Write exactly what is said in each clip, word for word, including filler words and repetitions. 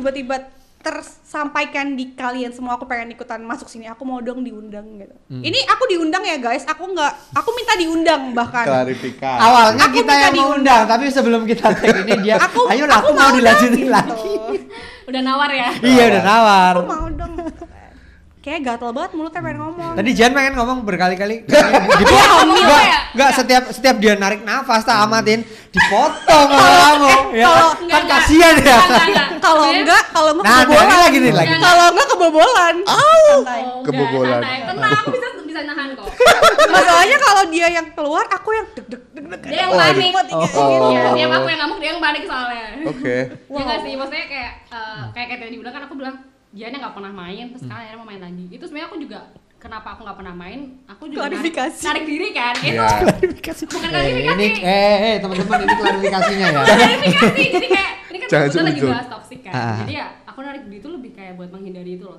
tiba-tiba tersampaikan di kalian semua, aku pengen ikutan masuk sini, aku mau dong diundang gitu. Hmm. Ini aku diundang ya guys, aku nggak, aku minta diundang bahkan. Klarifikasi. Awalnya aku kita yang mau undang, tapi sebelum kita tag ini dia, aku, ayo lah aku, aku mau mau dilanjutin gitu. lagi. Udah nawar ya? Iya udah nawar. Aku mau dong. Kayak gatel banget mulutnya pengen ngomong. Tadi Jan pengen ngomong berkali-kali. Dia hamil Enggak, ya? enggak setiap setiap dia narik nafas tak amatin, dipotong sama kamu. Ya kalau- kan kasihan ya. Kalau enggak, kalau enggak Nah, kebobolan. ini lagi nih lagi. Kalau enggak kebobolan. Santai. Oh, Kebobolan. enggak, santai. Tenang, aku bisa bisa nahan kok. Masalahnya kalau dia yang keluar, aku yang deg deg deg deg. Dia yang Oh, panik. Oh. Iya, dia aku yang ngamuk, dia yang panik soalnya. Oke. Ya nggak sih, maksudnya kayak uh, kayak kayak tadi dibilang kan aku bilang Dianya nggak pernah main, terus sekarang akhirnya mau main lagi. Itu sebenarnya aku juga kenapa aku nggak pernah main, aku juga Klarifikasi. narik, narik diri kan. Itu Iya. bukan Eh, klarifikasi. ini eh eh teman-teman ini klarifikasinya ya. klarifikasi. Jadi kayak ini kan Jangan kita lagi suzon. bahas toxic kan. Ah. Jadi ya aku narik diri itu lebih kayak buat menghindari itu loh.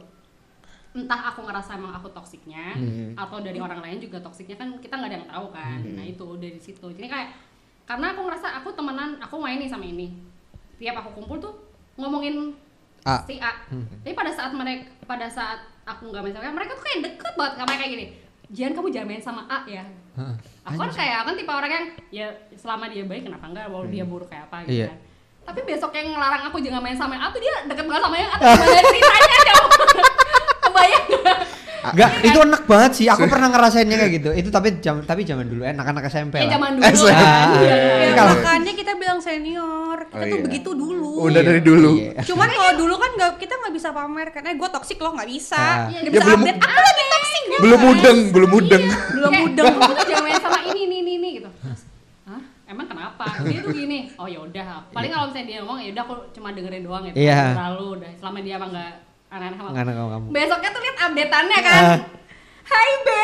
Entah aku ngerasa emang aku toksiknya Hmm. atau dari orang lain juga toksiknya kan kita nggak ada yang tahu kan. Nah itu dari situ. Jadi kayak karena aku ngerasa aku temenan, aku main nih sama ini. Tiap aku kumpul tuh ngomongin A. si A. Tapi pada saat mereka pada saat aku nggak main sama mereka, mereka tuh kayak deket banget sama kayak gini. Jian kamu jangan main sama A ya. Heeh. Aku kan kayak aku kan tipe orang yang ya selama dia baik kenapa enggak, walau dia buruk kayak apa gitu Iya. kan. Tapi besok yang ngelarang aku jangan main sama yang A tuh dia deket banget sama yang A. Gimana ceritanya dong? Kebayang nggak? Enggak, itu enak banget sih. Aku pernah ngerasainnya kayak gitu. Itu tapi jam tapi zaman dulu eh anak-anak S M P Ya lah. zaman dulu S M P. kan. Ah, Iya. iya. Ya, Kalau- makanya kita bilang senior, kita Oh, tuh iya. begitu dulu. Udah dari dulu. Iya. Cuman kalau dulu kan nggak, kita nggak bisa pamer kan, eh gue toksik loh nggak bisa, Ah. nggak Ya, bisa belum- update. Aku lagi toksik nih. Belum mudeng, belum mudeng. Belum Kayak, mudeng. Kamu tuh jangan main sama ini ini ini ini gitu. Terus, hah? Emang kenapa? Dia tuh gini. Oh ya udah. Paling kalau misalnya dia ngomong ya udah aku cuma dengerin doang gitu. Iya. Lalu udah selama dia emang enggak aneh-aneh sama Nggak kamu kamu. Besoknya tuh lihat update-annya kan. Ah. Hai Be.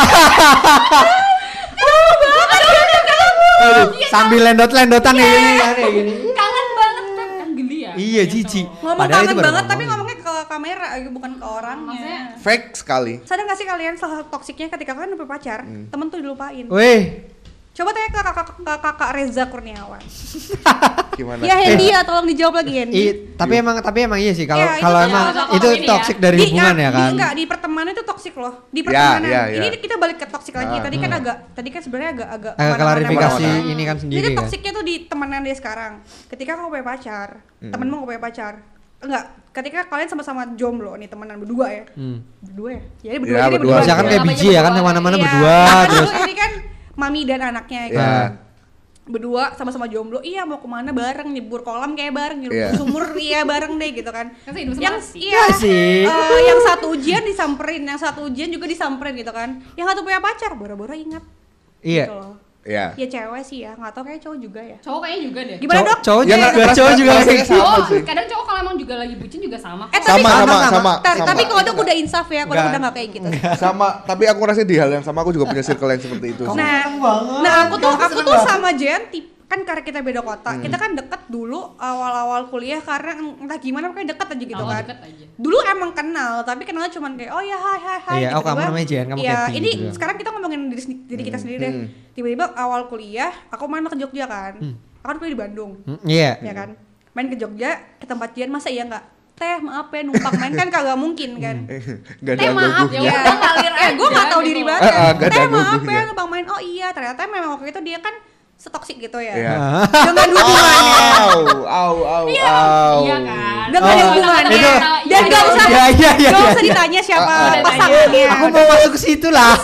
Aduh, sambil lendot-lendotan kayak gini kan kayak gini. Kangen banget kan kan geli ya. Iya, Gitu. jijik. Ngomong Padahal itu kangen baru banget, tapi ngomongin. ngomongnya ke kamera, bukan ke orangnya. Maksudnya Fake sekali. Sadar gak sih kalian salah satu toksiknya ketika kalian udah pacar, temen tuh dilupain. Weh, Coba tanya ke kakak, ke kakak Reza Kurniawan. Gimana? Ya Hendy ya, tolong dijawab lagi Hendy. i- tapi emang tapi emang iya sih kalau Iya, itu kalau tuh emang ya. itu Kalau ini toxic ya. dari Di- hubungan ah, ya kan. Di, enggak, di pertemanan itu toksik loh. Di pertemanan. ya, ya. Ini kita balik ke toksik lagi. Ah. Tadi kan agak, tadi kan sebenarnya agak agak Agak kemana-mana klarifikasi banget. ini kan sendiri Jadi kan. toksiknya tuh di temenan dia sekarang. Ketika kamu punya pacar, temenmu punya pacar. Enggak, ketika kalian sama-sama jomblo nih temenan berdua ya. Hmm. Berdua ya? Jadi berdua, Ya, jadi berdua. Misalkan Iya, kayak namanya biji ya kan berdua. kemana-mana Iya. berdua Nah, terus. ini kan mami dan anaknya Iya. kan. Berdua sama-sama jomblo, iya mau kemana bareng, nyebur kolam kayak bareng, nyebur Iya. sumur iya bareng deh gitu kan. Kan hidup Yang semasih. iya, Masih. eh, yang satu ujian disamperin, yang satu ujian juga disamperin gitu kan. Yang satu punya pacar, boro-boro ingat. Iya. Gitu loh. Iya. Ya cewek sih ya, nggak tau kayak cowok juga ya. Cowok kayaknya juga deh. Gimana Cowok- dok? Cowok Ya, juga, nggak- nggak- cowok juga nggak- kayak nggak- sama Cowok, sih. kadang cowok kalau emang juga lagi bucin juga sama. Eh tapi Sama, kalau- sama, sama. sama. Tar- sama. tapi kalau dok udah insaf ya, kalau Nggak. udah nggak kayak gitu. Sama, tapi aku ngerasa di hal yang sama aku juga punya circle yang seperti itu. Kamu sih. Nah, seneng banget. nah aku tuh Kamu aku seneng tuh banget. sama Jen tip kan karena kita beda kota, kita kan deket dulu awal-awal kuliah karena entah gimana pokoknya deket aja gitu Awal kan. deket aja. Dulu emang kenal, tapi kenalnya cuman kayak oh ya hai hai hai. Iya, oh, tiba-tiba- kamu namanya Jen, kamu Iya, Kathy ini gitu. sekarang kita ngomongin diri, sendi- diri kita sendiri deh. hmm. Tiba-tiba awal kuliah, aku main ke Jogja kan. Aku kan kuliah di Bandung, Hmm, Iya. ya kan. Main ke Jogja ke tempat Jen, masa iya nggak? Teh maaf ya numpang main kan kagak mungkin kan. Gak ada Teh maaf gugupnya. ya udah ngalir Eh, gue aja nggak tahu gitu. diri banget. Ah, ah, ya. nggak ada Teh maaf gugupnya. ya numpang main. Oh iya, ternyata memang waktu itu dia kan setoksik gitu ya. Iya. Dengan hubungannya. Au, au, au, Iya, au. iya kan. Dengan Oh, hubungannya. itu- Dan Iya, gak iya, usah, Iya, iya, iya. gak iya. usah ditanya siapa Ah, ah. pasangannya. Aku mau masuk ke situ lah.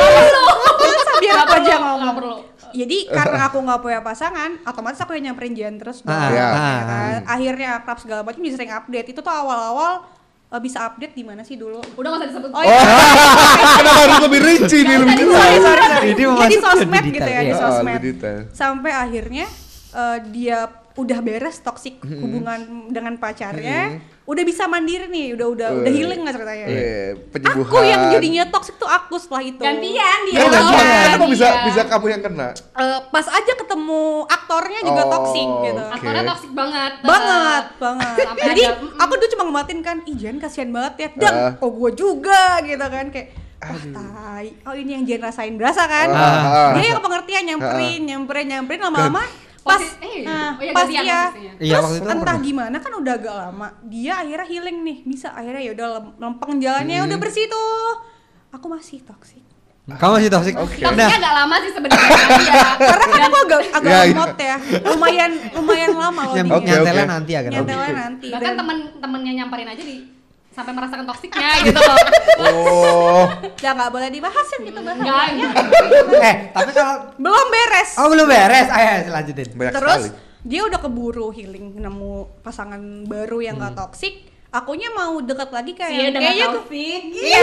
Masa biar Nggak aku aja perlu, ngomong. nggak perlu. Jadi karena aku nggak punya pasangan, otomatis aku yang nyamperin Jen terus dong. Ah, iya. Ya kan? Akhirnya akrab segala macam, jadi sering update. Itu tuh awal-awal eh, bisa update di mana sih dulu? Udah nggak usah disebut. Oh iya. Kenapa harus lebih rinci nih, lebih detail? sorry, sorry, sorry. Ini Ya, di masuk sosmed lebih gitu ya, detail, di iya. Ah, sosmed. lebih detail. Sampai akhirnya eh, dia udah beres toksik hubungan dengan pacarnya, udah bisa mandiri nih, udah udah udah Eh, healing nggak ceritanya. Eh, penyembuhan. Aku yang jadinya toksik tuh aku setelah itu. Gantian dia. Eh, Gantian. gantian. Kenapa bisa Iya. bisa kamu yang kena? Eh, pas aja ketemu aktornya juga Oh, toksik gitu. oke. Aktornya toksik banget. Banget, banget. Sampai Jadi ada- aku tuh cuma ngematin kan, ih Jen kasihan banget ya. Dan Ah. oh gue juga gitu kan kayak wah tai. Oh ini yang Jen rasain berasa kan. Ah, ah, Dia yang pengertian nyamperin, nyamperin, nyamperin lama-lama Pas, Posi- eh, nah, oh iya, pas gantian ya. posisinya. Iya, Terus waktu itu kan entah pernah. gimana kan udah agak lama. Dia akhirnya healing nih, bisa akhirnya ya udah lem- lempeng jalannya Hmm. udah bersih tuh. Aku masih toksik. Kamu masih toxic? Oke. Nah, Toksiknya agak lama sih sebenarnya. Iya. Karena kan aku agak agak Ya, iya. lemot ya. Lumayan lumayan lama loh nyam- dia. Oke, nyantelnya oke. nanti agak Nyantelnya nanti. Bahkan Dan- teman-temannya nyamperin aja di sampai merasakan toksiknya gitu loh. Oh. Ya nggak boleh dibahas ya gitu bahas. Enggak, eh, tapi kalau Belum beres. oh belum beres, ayo lanjutin. Banyak Terus sekali. dia udah keburu healing nemu pasangan baru yang Hmm. gak toksik. Akunya mau deket lagi kayak Iya udah nggak kayaknya tahu tuh- sih. Iya.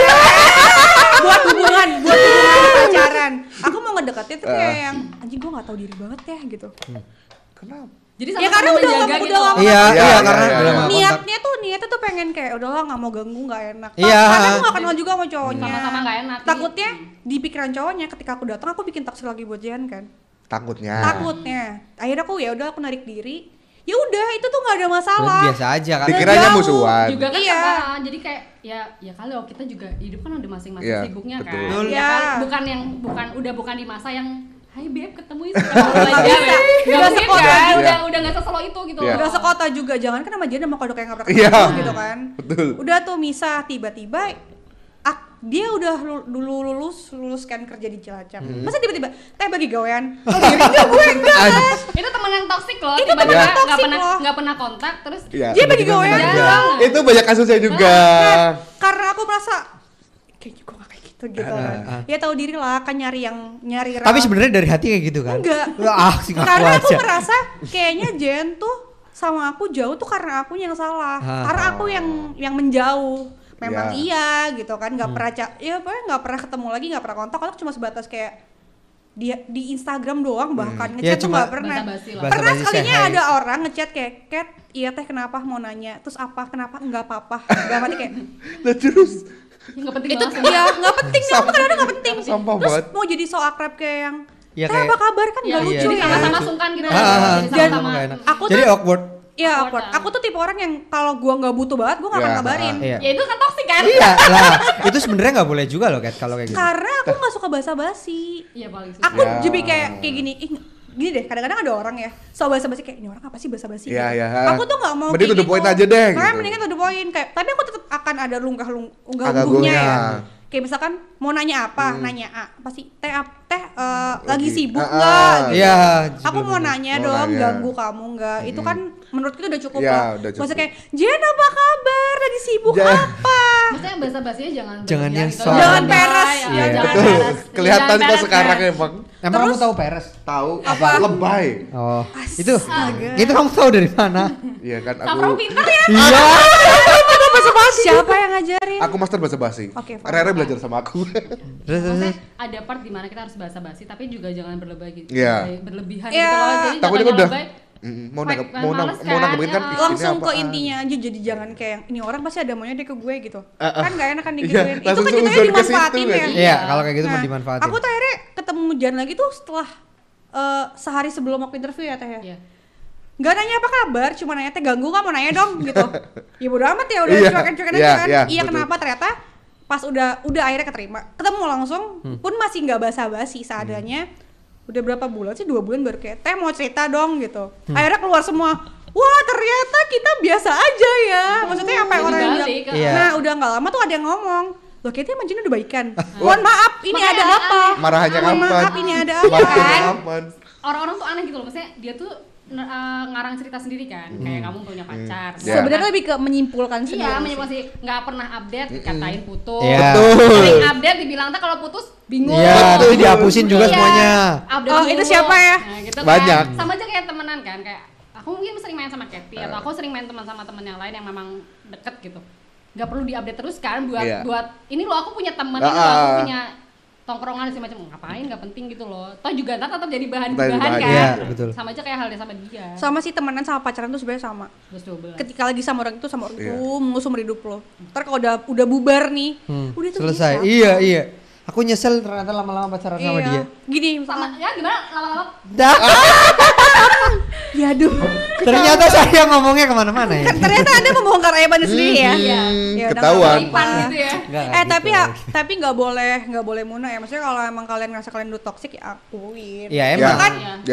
buat hubungan, buat hubungan pacaran. Aku mau ngedeketin tuh kayak yang anjing gua nggak tahu diri banget ya gitu. Kenapa? Jadi Ya, sama-sama karena udah menjaga lama- gitu. udah lama. Iya, Iya, iya iya, karena iya, udah iya. lama kontak. Niatnya tuh niatnya tuh pengen kayak udahlah nggak mau ganggu nggak enak. Iya. Karena aku nggak kenal juga sama cowoknya. Sama-sama nggak enak. Takutnya di pikiran cowoknya ketika aku datang aku bikin toksik lagi buat Jihan kan. Takutnya. Takutnya. Akhirnya aku ya udah aku narik diri. Ya udah itu tuh nggak ada masalah. Berarti biasa aja kan. Dikiranya jauh. musuhan. Juga kan Iya. sama, jadi kayak ya ya kalau kita juga hidup kan udah masing-masing Iya, sibuknya betul. kan. Betul. Ya Iya. kan? Bukan yang bukan udah bukan di masa yang hai beb ketemu yuk sekarang aja. bisa. Nggak Udah mungkin sekota kan, juga. udah udah nggak seselo itu gitu. Iya. Udah sekota juga, jangan kan sama Jihan sama kodok yang nggak pernah Iya. ketemu gitu kan. Betul. Udah tuh misah tiba-tiba ak, dia udah lu- dulu lulus lulus kan kerja di Cilacap. Hmm. Masa tiba-tiba teh bagi gawean. Oh, diri enggak gue enggak. kan? Itu teman yang toksik loh, Itu tiba-tiba teman yang nggak toksik pernah loh. nggak pernah kontak terus Iya. Dia bagi tiba-tiba gawean. minta jarang. Itu banyak kasusnya juga. Nah, karena aku merasa kayaknya gue gak kayak gitu gitu Ah, kan. ah. Ya tahu diri lah kan nyari yang nyari Tapi rela- sebenarnya dari hati kayak gitu kan? Enggak. Ah, sih ngaku Karena aku aja. merasa kayaknya Jen tuh sama aku jauh tuh karena aku yang salah. Ah. Karena aku yang yang menjauh. Memang Ya. iya gitu kan, nggak Hmm. pernah ca- ya pokoknya nggak pernah ketemu lagi, nggak pernah kontak, kontak cuma sebatas kayak dia di Instagram doang bahkan Ya, ngechat tuh cuma nggak pernah. basa-basi lah. Pernah Basa-basi sekalinya say hi. ada orang ngechat kayak Kat, iya teh kenapa mau nanya, terus apa kenapa nggak apa-apa, nggak mati kayak Nah terus ya nggak penting itu banget. ya nggak penting nih, aku kadang-kadang nggak penting. Sampah Terus banget. mau jadi so akrab kayak yang Ya, teh kayak- apa kabar kan Ya, nggak lucu jadi ya. sama-sama sungkan gitu. Ah, ah, ah, Jadi Dan- sama-sama. nggak enak. Aku Jadi tuh- awkward. Iya Awkward, awkward. ah. Aku tuh tipe orang yang kalau gua nggak butuh banget, gua nggak akan Iya, ngabarin. Iya. Ya itu kan toksik kan? Iya lah, itu sebenarnya nggak boleh juga loh Kat kalau kayak gitu. Karena aku nggak suka basa-basi. Iya paling suka. Aku Ya. jadi kayak kayak gini, ih, gini deh. Kadang-kadang ada orang ya, so basa-basi kayak ini orang apa sih basa-basi? Iya, gitu. iya. Aku tuh nggak mau. Mending kayak to the point gitu. aja deh, Makanya gitu. mendingan to the point kayak. Tapi aku tetap akan ada lunggah lung unggah Agak ungguhnya gonya. ya. Kayak misalkan mau nanya apa, Hmm. nanya A, pasti teh ap- teh eh, lagi Lagi. sibuk Ah, nggak? ah. gitu. Iya. Aku mau nanya Mau dong, nanya. ganggu kamu nggak? Itu kan menurut kita udah cukup Iya, lah. udah cukup. Maksudnya kayak, Jen apa kabar? Lagi sibuk Ja- apa? Maksudnya basa-basinya jangan Jangan berlebihan yang gitu. soal. Jangan peres. Ya, Iya. jangan Betul. peres. Kelihatan Jangan kok peres, sekarang ya. emang. Emang Terus- kamu tahu peres? Tahu Apa? lebay. Oh, itu Astaga. itu kamu tahu dari mana? Iya kan Kamu aku pintar ya? Iya. Siapa yang ngajarin? aku master bahasa basi. Oke, fine. Rere belajar sama aku. Terus terus. Maksudnya terus. ada part dimana kita harus basa-basi tapi juga jangan berlebih gitu. Iya. Berlebihan Iya. gitu loh. Jadi Takutnya jatuhnya udah lebay. Mm, mau Kayak nanggep pengen mau nang males mau kan, nanggepin kan ya. ih, ini Langsung ke apaan? intinya aja, jadi jangan kayak ini orang pasti ada maunya deh ke gue gitu. Eh, eh. Kan gak enak kan Iya, digituin. Itu langsung kan jatuhnya seuzon ke situ dimanfaatin nggak ya. sih? Iya, kalau kayak gitu Nah, mau dimanfaatin. aku tuh akhirnya ketemu Jan lagi tuh setelah eh, sehari sebelum aku interview ya teh ya. Iya. Gak nanya apa kabar, cuma nanya teh ganggu gak mau nanya dong gitu. Ya bodo amat ya udah Iya, cuekin-cuekin iya, aja kan. iya, Iya betul. kenapa ternyata pas udah udah akhirnya keterima, ketemu langsung Hmm. pun masih nggak basa-basi seadanya. Udah berapa bulan sih? Dua bulan baru kayak teh mau cerita dong gitu. Hmm. Akhirnya keluar semua. Wah ternyata kita biasa aja ya. Maksudnya apa yang Jadi orang yang bilang? balik, Iya. Nah udah nggak lama tuh ada yang ngomong. Loh kayaknya sama Jin udah baikan. Mohon maaf ini Makanya ada ada apa? Marahnya Mohon kapan? maaf ini ada apa Marahnya kan? kapan? Orang-orang tuh aneh gitu loh. Maksudnya dia tuh uh, ngarang cerita sendiri kan. Kayak kamu punya pacar. Iya. Sebenarnya lebih ke menyimpulkan sendiri. Iya, sih. menyebut nggak pernah update, dikatain putus. Iya. Betul. Sering update dibilang tuh kalau putus bingung. Iya, nanti dihapusin juga Iya. semuanya. Update Oh, dulu. itu siapa ya? Nah, gitu kan. Banyak. Sama aja kayak temenan kan, kayak aku mungkin sering main sama Kathy atau aku sering main teman sama teman yang lain yang memang deket gitu. Gak perlu diupdate terus kan buat Iya. buat ini loh aku punya temen, Ah, ini loh aku ah. punya tongkrongan sih macam ngapain gak penting gitu loh. Toh juga ntar tetap jadi bahan Bahan- bahan bahan, kan. iya, betul. Sama aja kayak halnya sama dia. Sama sih temenan sama pacaran tuh sebenarnya sama. Terus dua belas. Ketika lagi sama orang itu sama orang itu Iya. mengusung hidup lo. Ntar kalau udah udah bubar nih, Hmm, udah tuh selesai. bisa. Iya, iya. Aku nyesel ternyata lama-lama pacaran sama Iya. dia. Gini sama sama. ya gimana lama-lama Dah. Ya aduh. Ternyata saya ngomongnya kemana-mana ya. Kan ternyata Anda membongkar aibannya sendiri ya. Iya. Hmm, Ya udah, ketahuan. nggak apa-apa. Ipan gitu ya. Enggak, Eh enggak tapi gitu. ya tapi nggak boleh nggak boleh muna ya. Maksudnya kalau emang kalian ngerasa kalian udah toxic ya akuin. Iya, Ya, emang. Kan ya.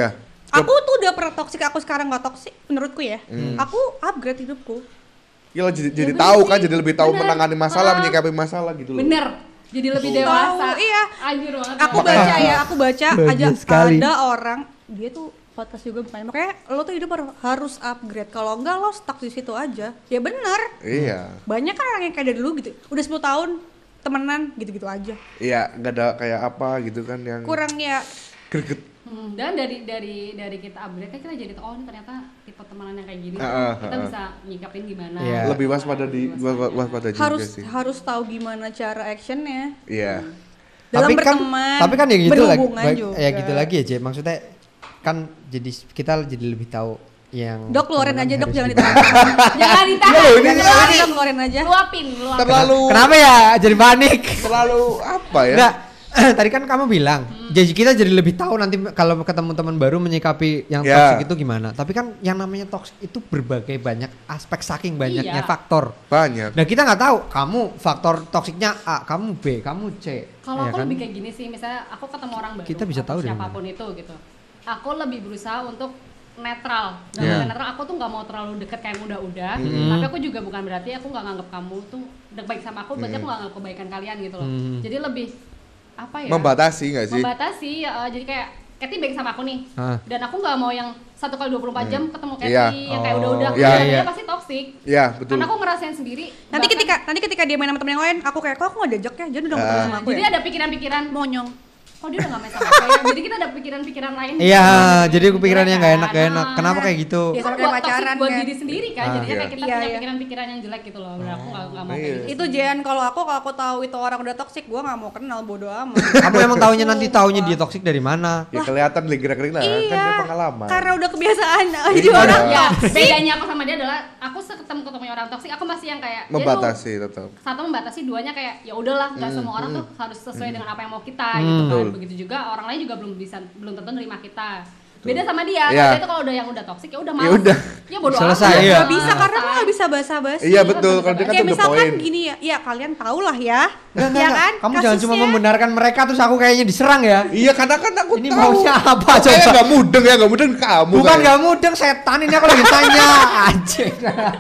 Aku tuh udah pernah toksik, aku sekarang nggak toksik menurutku ya. Hmm. Aku upgrade hidupku. Ya lo jadi, jadi bener tahu sih. kan, jadi lebih tahu Bener. menangani masalah, Ah. menyikapi masalah gitu loh. Bener, jadi lebih Tahu, dewasa. iya. Anjir banget. Aku ya. baca ya, aku baca Bagus aja sekali. ada orang dia tuh podcast juga makanya makanya lo tuh hidup har- harus upgrade. Kalau enggak lo stuck di situ aja. Ya benar. Iya. Banyak kan orang yang kayak dari dulu gitu. Udah sepuluh tahun temenan gitu-gitu aja. Iya, nggak ada kayak apa gitu kan yang Kurang ya greget. Hmm, dan dari dari dari kita upgrade kan kita jadi tahu, oh ini ternyata tipe temenan yang kayak gini. Ah, ah, kita ah. bisa nyikapin gimana. Iya. Lebih waspada di Lebih waspada. waspada juga harus sih. harus tahu gimana cara actionnya. Iya. Dalam tapi kan, berteman, tapi kan ya gitu lagi, berhubungan baik- juga. ya gitu lagi aja. Maksudnya kan jadi kita jadi lebih tahu yang. Dok keluarin temenan aja dok, harus jangan gitu. ditahan. Jangan ditahan. Yo, ini Jangan ditahan, dok, keluarin aja. Luapin, luapin. Terlalu Kenapa ya jadi panik? terlalu apa ya? Enggak. Tadi kan kamu bilang, jadi kita jadi lebih tahu nanti kalau ketemu teman baru menyikapi yang Ya. toksik itu gimana. Tapi kan yang namanya toksik itu berbagai banyak aspek, saking banyaknya Iya. faktor. Banyak. Nah kita nggak tahu kamu faktor toksiknya A, kamu B, kamu C. Kalau ya aku kan? lebih kayak gini sih, misalnya aku ketemu orang baru, Kita bisa atau tahu dari siapapun itu gitu. Aku lebih berusaha untuk netral. Dan Yeah. yeah. netral, aku tuh nggak mau terlalu deket kayak udah-udah. Hmm. Tapi aku juga bukan berarti aku nggak nganggap kamu tuh udah baik sama aku, berarti aku nggak nganggap kebaikan kalian gitu loh. Hmm. Jadi lebih apa ya? Membatasi nggak sih? Membatasi. Ya, jadi kayak Kathy baik sama aku nih. Ah. Dan aku nggak mau yang satu kali dua puluh empat jam ketemu Kathy Iya. yang kayak udah-udah. Oh, iya, Karena iya. dia pasti toxic. Iya, betul. Karena aku ngerasain sendiri. Nanti bahkan- ketika nanti ketika dia main sama temen yang lain, aku kayak kok aku nggak diajak ya, jadi udah ketemu Ah. sama aku jadi ya. ada pikiran-pikiran Monyong. oh dia udah gak main sama aku ya. Jadi kita ada pikiran-pikiran lain. Iya, gitu. jadi aku pikirannya nggak enak, nggak Kan. enak. Kenapa kayak gitu? Iya, Kan sama kayak buat pacaran toxic buat kan. diri sendiri kan. Ah. Jadinya Iya. kayak kita Iya, punya iya. pikiran-pikiran yang jelek gitu loh. Bener, aku gak, gak mau Iya. kayak gitu. Itu Jen, kalau aku kalau aku tahu itu orang udah toksik, gua nggak mau kenal, bodo amat. Kamu emang taunya nanti Sumpah. taunya dia toksik dari mana? Ya kelihatan dari gerak-gerik lah, kan dia Iya, pengalaman. karena udah kebiasaan. Jadi Iya. orang Ya, toksik. bedanya aku sama dia adalah aku ketemu ketemu orang toksik, aku masih yang kayak dia tuh Membatasi tetap. satu membatasi, duanya kayak ya udahlah, nggak Hmm, semua orang hmm. tuh harus sesuai dengan apa yang mau kita Hmm. gitu kan. Betul. Begitu juga orang lain juga belum bisa belum tentu nerima kita. Beda sama dia, Iya. kalau dia tuh kalau udah yang udah toksik ya udah malas. udah. Ya bodo Selesai, amat. iya. Nggak bisa karena aku nggak bisa basa-basi. Iya betul, kalau dia kan Kayak to the misalkan point. gini ya, ya kalian tau lah ya. Enggak, enggak, ya enggak. kan? Kamu jangan cuma Kasusnya- membenarkan mereka terus aku kayaknya diserang ya. Iya, karena kan aku Ini tahu. maunya apa Kok kayak coba? nggak mudeng ya, nggak mudeng kamu. Bukan kayak. nggak mudeng, setan ini aku lagi tanya. Anjing.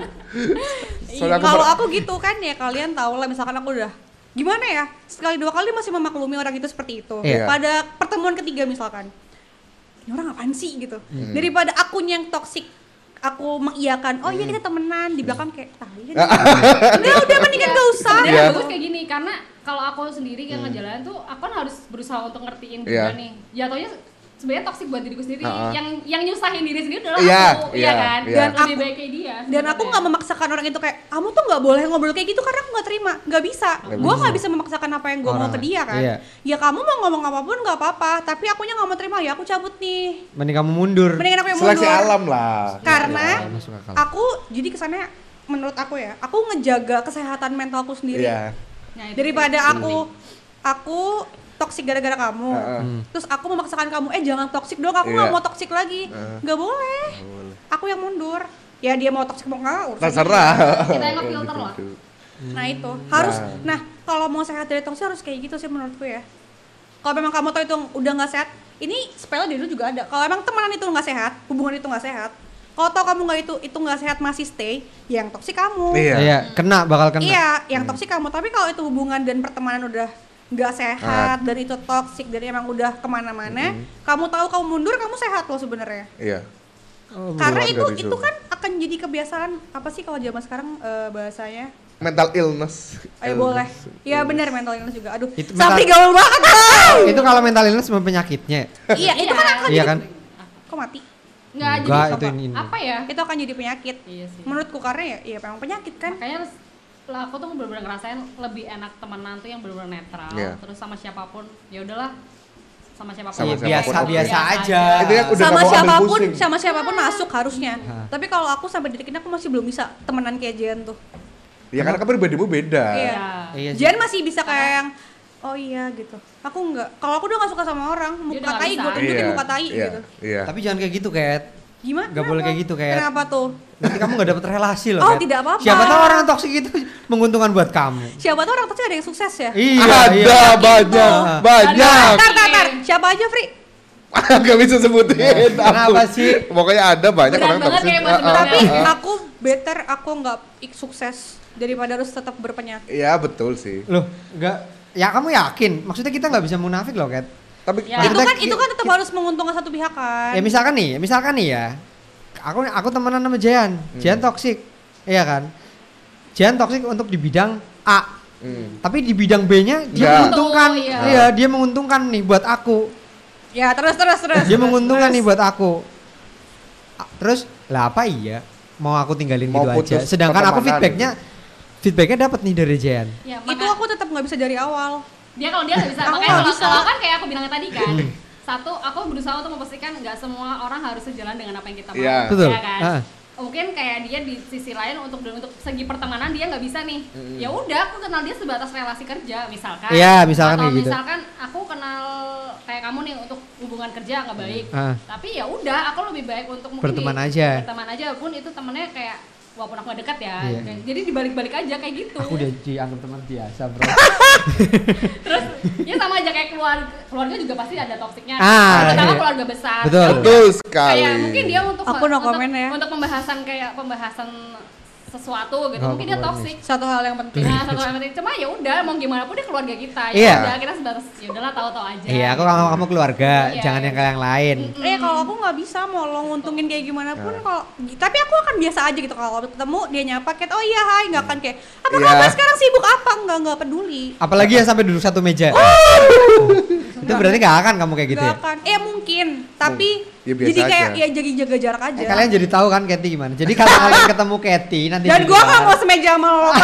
Soalnya aku Kalau mer- aku gitu kan ya kalian tahu lah, misalkan aku udah gimana ya, sekali dua kali masih memaklumi orang itu seperti itu. Iya. Pada pertemuan ketiga misalkan, ini orang apaan sih gitu. Hmm. Daripada akunya yang toksik, aku mengiyakan, oh iya kita temenan, di belakang kayak tadi kan. Udah udah mendingan gak usah. Sebenarnya Iya. bagus kayak gini karena kalau aku sendiri yang ngejalanin tuh aku kan harus berusaha untuk ngertiin Iya. juga nih. Jatuhnya sebenarnya toksik buat diriku sendiri. Ha-ha. Yang yang nyusahin diri sendiri adalah Iya, aku, iya, iya kan? iya. Dan lebih Aku- baik kayak dia. Dan aku nggak memaksakan orang itu kayak kamu tuh nggak boleh ngobrol kayak gitu karena aku nggak terima, nggak bisa. Nggak Gue bisa. nggak bisa memaksakan apa yang gue mau Orang- ke dia kan. iya. Ya kamu mau ngomong apapun nggak apa-apa, tapi akunya nggak mau terima ya aku cabut nih. Mending kamu mundur. Mendingan aku yang Seleksi mundur. alam lah. Karena Iya, masuk akal. aku jadi kesannya menurut aku ya, aku ngejaga kesehatan mentalku sendiri. Iya. Nah, itu Daripada sih. aku aku toksik gara-gara kamu. Heeh. Hmm. Terus aku memaksakan kamu, eh jangan toksik dong, aku nggak Iya. mau toksik lagi. Heeh. Nggak boleh. Boleh. Aku yang mundur. Ya dia mau toksik mau nggak urusan Terserah. Kita yang ngefilter lah. Gitu. Nah itu harus, Nah. nah kalau mau sehat dari toksik harus kayak gitu sih menurutku ya. Kalau memang kamu tahu itu udah nggak sehat, ini sepele dari dulu juga ada. Kalau emang temenan itu nggak sehat, hubungan itu nggak sehat. Kalau tau kamu nggak itu itu nggak sehat masih stay, yang toksik kamu. Iya. Iya, kena bakal kena. Iya, yang toksik kamu. Tapi kalau itu hubungan dan pertemanan udah nggak sehat dan itu toksik dan emang udah kemana-mana, kamu tahu kamu mundur, kamu sehat loh sebenarnya. Iya. Oh, Karena Keluar itu dari itu zona. kan akan jadi kebiasaan apa sih kalau zaman sekarang eh, bahasanya? Mental illness. Ayo boleh. Iya benar mental illness juga. Aduh, Itu sampai mental- gaul banget. Bang. Itu kalau mental illness sama penyakitnya. Iya, itu kan akan Iya jadi kan? kok mati. Nggak, Enggak, jadi itu apa, ini- ini. apa ya? Itu akan jadi penyakit. Iya sih. Menurutku karena ya, ya memang penyakit kan. Makanya lah aku tuh bener-bener ngerasain lebih enak temenan tuh yang bener-bener netral. Iya. Terus sama siapapun, ya udahlah sama siapapun. Sama Iya, siapapun biasa oke. biasa aja. Itu yang udah Sama kamu ambil siapapun, pusing. sama siapapun masuk harusnya. Hah. Tapi kalau aku sampai detik ini aku masih belum bisa temenan kayak Jen tuh. Ya karena kepribadianmu beda. Iya. Iya sih. Jen masih bisa kayak yang oh iya gitu. Aku enggak. Kalau aku udah gak suka sama orang, Dia muka udah nggak tai bisa. gue tunjukin Iya, muka tai iya, gitu. Iya. Tapi jangan kayak gitu, Kat. Gimana? Nggak boleh Kenapa? kayak gitu, Kat. Kenapa tuh? Nanti kamu nggak dapet relasi loh, Oh, Kat. tidak apa-apa. Siapa tahu orang toksik itu menguntungkan buat kamu. Siapa tuh orang toksik ada yang sukses ya? Iya, Ada iya. banyak, Ah. banyak. Tar, tar, tar. Siapa aja, Fri? Gak bisa sebutin. Kenapa ampun. sih? Pokoknya ada banyak Berat orang banget toksik. kayak buat Ah, ah, Tapi ah, ah. aku better aku nggak ik- sukses daripada harus tetap berpenyakit. Iya betul sih. Loh, enggak. Ya kamu yakin? Maksudnya kita nggak bisa munafik loh, Kat. Tapi Ya. Itu Kita- kan itu kan tetap harus menguntungkan satu pihak kan. Ya misalkan nih, misalkan nih ya. Aku aku temenan sama Jean. Jean toksik. Iya kan? Jean toksik untuk di bidang A. Hmm. Tapi di bidang B-nya dia Enggak. menguntungkan. Oh, iya. Iya, dia menguntungkan nih buat aku. Ya terus terus terus. Dia terus, menguntungkan terus. nih buat aku. A- Terus lah apa iya? Mau aku tinggalin Mau gitu aja. putus Sedangkan aku pertemanan feedbacknya feedbacknya dapat nih dari Jean. Ya, Itu maka- aku tetap nggak bisa dari awal. dia kalau dia nggak bisa Aku makanya nggak kalau bisa. kalau kan kayak aku bilang tadi kan Hmm. satu aku berusaha untuk memastikan nggak semua orang harus sejalan dengan apa yang kita mau Iya. Betul. ya kan Ah. mungkin kayak dia di sisi lain untuk untuk segi pertemanan dia nggak bisa nih Mm. ya udah aku kenal dia sebatas relasi kerja misalkan Iya, misalkan atau kayak gitu. misalkan aku kenal kayak kamu nih untuk hubungan kerja nggak baik Ah. tapi ya udah aku lebih baik untuk mungkin Berteman di- aja. berteman aja pun itu temennya kayak walaupun aku gak dekat ya Iya. dan- jadi dibalik-balik aja kayak gitu Aku udah dianggap teman biasa, Bro. terus ya sama aja kayak keluarga keluarga juga pasti ada toksiknya Ah, terutama iya. keluarga besar Betul. Betul sekali. kayak mungkin dia untuk Aku no untuk, comment ya. untuk pembahasan kayak pembahasan sesuatu gitu Oh, mungkin dia keluarga. toksik Satu hal yang penting. nah satu yang penting cuma ya udah mau gimana pun dia keluarga kita ya Iya. udah kita sebatas ya udahlah tahu-tahu aja Iya, aku kamu kamu keluarga, Iya. jangan yang kayak yang lain. Eh kalau aku nggak bisa mau lo nguntungin kayak gimana pun kalau tapi aku akan biasa aja gitu kalau ketemu dia nyapa kayak oh iya hai nggak akan kayak apa Iya. kabar sekarang sibuk apa nggak nggak peduli. Apalagi yang sampai duduk satu meja. Itu berarti gak akan kamu kayak gitu Nggak ya? akan. Eh mungkin tapi Ya, biasa jadi kayak aja. ya jadi jaga jarak aja. Eh, kalian jadi tahu kan Kathy gimana? Jadi kalau kalian ketemu Kathy nanti Dan di gua nggak luar- mau semeja sama lo pada.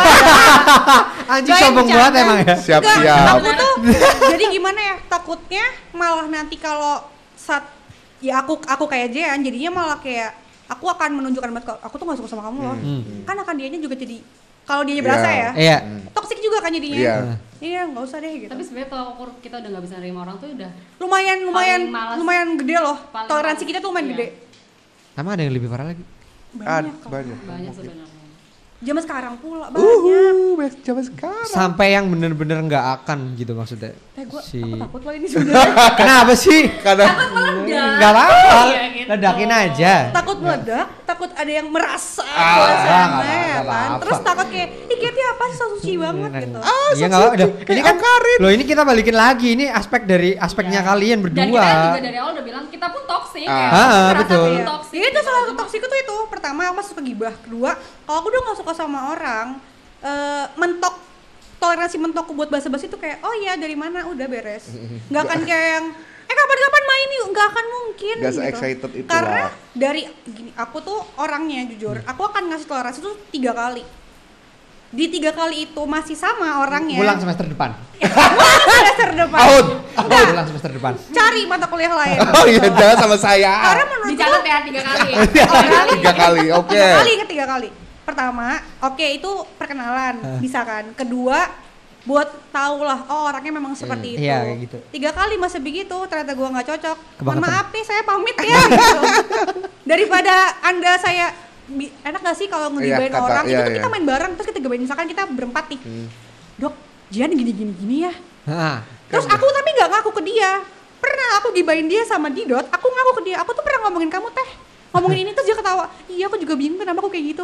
Anjing Gak sombong bercanda. banget emang ya. Siap Enggak, siap. aku tuh jadi gimana ya takutnya malah nanti kalau saat ya aku aku kayak Jean jadinya malah kayak aku akan menunjukkan banget kalau aku tuh gak suka sama kamu loh Hmm. kan akan dianya juga jadi kalau dia berasa Iya. ya Iya. toksik juga kan jadinya Iya. iya nggak usah deh gitu tapi sebenarnya kalau aku kita udah nggak bisa nerima orang tuh udah lumayan lumayan Paling malas. lumayan gede loh Paling toleransi malas. kita tuh lumayan Iya. gede Sama ada yang lebih parah lagi. Ad, banyak kok. banyak. banyak sebenarnya zaman sekarang pula banyak Uh, best zaman sekarang. Sampai yang bener-bener nggak akan gitu maksudnya. eh gua Si- aku takut loh ini sebenarnya Kenapa sih? Karena takut meledak Nggak apa-apa. Iya, gitu. Ledakin aja. takut meledak, takut ada yang merasa Ah, suasana nggak ya apa-apa. kan. Terus takut kayak, ih Katy apa sih so suci banget gitu. Ah, Iya nggak apa-apa. kayak Ini kan Karin. loh ini kita balikin lagi. Ini aspek dari aspeknya Iya. kalian dan kita juga berdua. dari awal udah bilang kita pun toksik Ah. ya. Ah, Merasa betul. pun Iya. toksik Iya, itu gitu. salah satu Cuma- toksik itu itu. Pertama aku suka gibah. Kedua, kalau aku udah nggak suka sama orang, eh, mentok toleransi mentokku buat basa-basi itu kayak, oh iya dari mana udah beres. Nggak akan kayak yang eh kapan-kapan main yuk, nggak akan mungkin Nggak gitu. se-excited itu Karena lah. dari gini, aku tuh orangnya jujur, aku akan ngasih toleransi tuh tiga kali. Di tiga kali itu masih sama orangnya. Pulang semester depan. semester depan. out. Pulang semester depan. Cari mata kuliah lain. Oh iya, jangan sama saya. Karena menurut dicatat ya tiga kali ya. orang Tiga kali, oke. Tiga kali, ketiga kali. Pertama, oke itu perkenalan, bisa kan. Kedua, buat tahu lah, oh orangnya memang seperti itu. Iya, kayak gitu. Tiga kali masih begitu, ternyata gua nggak cocok. Mohon Kebangetan. maaf nih, saya pamit ya. gitu. Daripada anda saya bi- enak gak sih kalau ngegibain Iya, kata- orang iya, itu tuh iya. kita main bareng terus kita gibain misalkan kita berempat nih. Hmm. Dok, Jian gini gini gini ya. Nah, Terus aku tapi nggak ngaku ke dia. Pernah aku gibain dia sama Didot, aku ngaku ke dia. Aku tuh pernah ngomongin kamu teh. Ngomongin ini terus dia ketawa. Iya, aku juga bingung kenapa aku kayak gitu.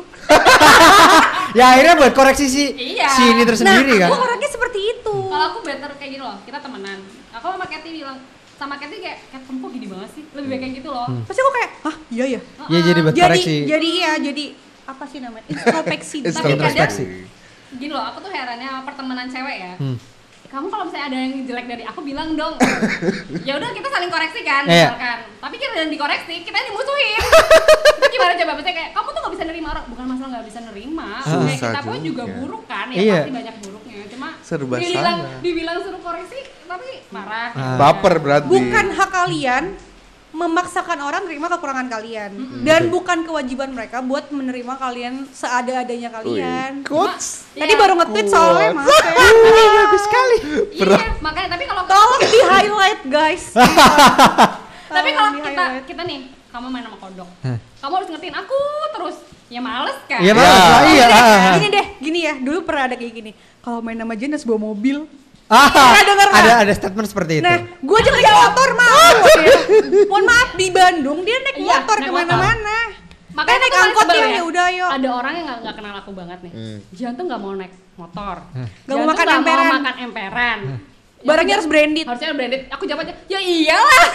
ya akhirnya buat koreksi si Iya. si ini tersendiri nah, kan. aku orangnya seperti itu. Kalau aku better kayak gini loh, kita temenan. Aku sama Kathy bilang, sama Kathy kayak, Kat kamu kok gini banget sih? Lebih baik kayak gitu loh. Pasti aku kayak, hah iya ya. Iya jadi buat Jadi, koreksi. jadi iya, jadi apa sih namanya? Introspeksi. Tapi kadang Introspeksi. gini loh, aku tuh herannya sama pertemanan cewek ya. Hmm. Kamu kalau misalnya ada yang jelek dari aku bilang dong. Ya udah kita saling koreksi kan, Iya. misalkan. Tapi kita dan dikoreksi, kita yang dimusuhin. Itu gimana coba? Maksudnya kayak kamu tuh nggak bisa nerima orang, bukan masalah nggak bisa nerima. Kayak Susah kita pun juga juga. buruk kan, ya Iya. pasti banyak buruknya. Cuma Serba dibilang salah. dibilang suruh koreksi, tapi marah. Ah. Baper berarti. Bukan hak kalian memaksakan orang menerima kekurangan kalian. Dan bukan kewajiban mereka buat menerima kalian seada-adanya kalian. Quotes. Tadi Iya. baru nge-tweet soalnya, maaf ya. Bagus sekali. Iya, makanya tapi kalau Tolong di highlight guys. tapi kalau Tolong kita di-highlight. kita nih, kamu main sama kodok. Hah. Kamu harus ngertiin aku terus. Ya males kan? Iya, Iya. Mas. Iya. Gini deh, ah, ah. gini deh, gini ya. Dulu pernah ada kayak gini. Kalau main sama Jen harus bawa mobil. Ah, Pernah denger nggak? ada ada statement seperti itu. Nah, gue aja naik motor maaf. Mohon maaf di Bandung dia naik Iya, motor naik kemana-mana. Makanya naik aku paling angkot sebel ya, ya udah ayo. Ada orang yang nggak nggak kenal aku banget nih. Hmm. Jian tuh nggak mau naik motor. Nggak mau Jian tuh makan nggak emperan. mau makan emperan. Ya, Barangnya aku harus branded. Harusnya branded. Aku jawab aja, ya iyalah.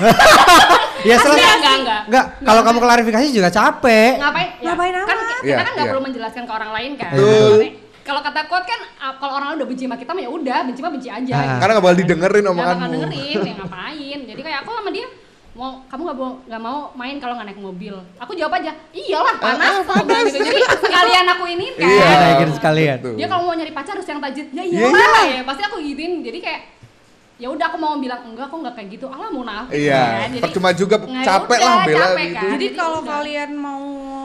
Ya Asli, selesai. enggak, enggak. Enggak, kalau kamu klarifikasi juga capek. Ngapain? Ya, Ngapain kan amat? kita Iya, kan nggak iya. perlu menjelaskan ke orang lain kan. Betul. Makanya, kalau kata quote kan, ah, kalau orang udah benci sama kita mah ya udah, benci mah benci aja. Ah. gitu. Karena nggak bakal didengerin Nggak bakal omonganmu. dengerin, ya ngapain. Jadi kayak aku sama dia, mau kamu nggak mau nggak mau main kalau nggak naik mobil. Aku jawab aja, iyalah panas. Aku bilang gitu. Jadi sekalian aku ini kan. Iya. Naikin sekalian. Betul. Dia kalau mau nyari pacar harus yang tajir. Ya Iya, iyalah ya, pasti aku gituin. Jadi kayak ya udah aku mau bilang enggak, aku nggak kayak gitu. Allah mau nafik. Iya, Jadi, percuma juga nggak, capek udah, lah bela capek gitu. kan. Jadi kalau udah. kalian mau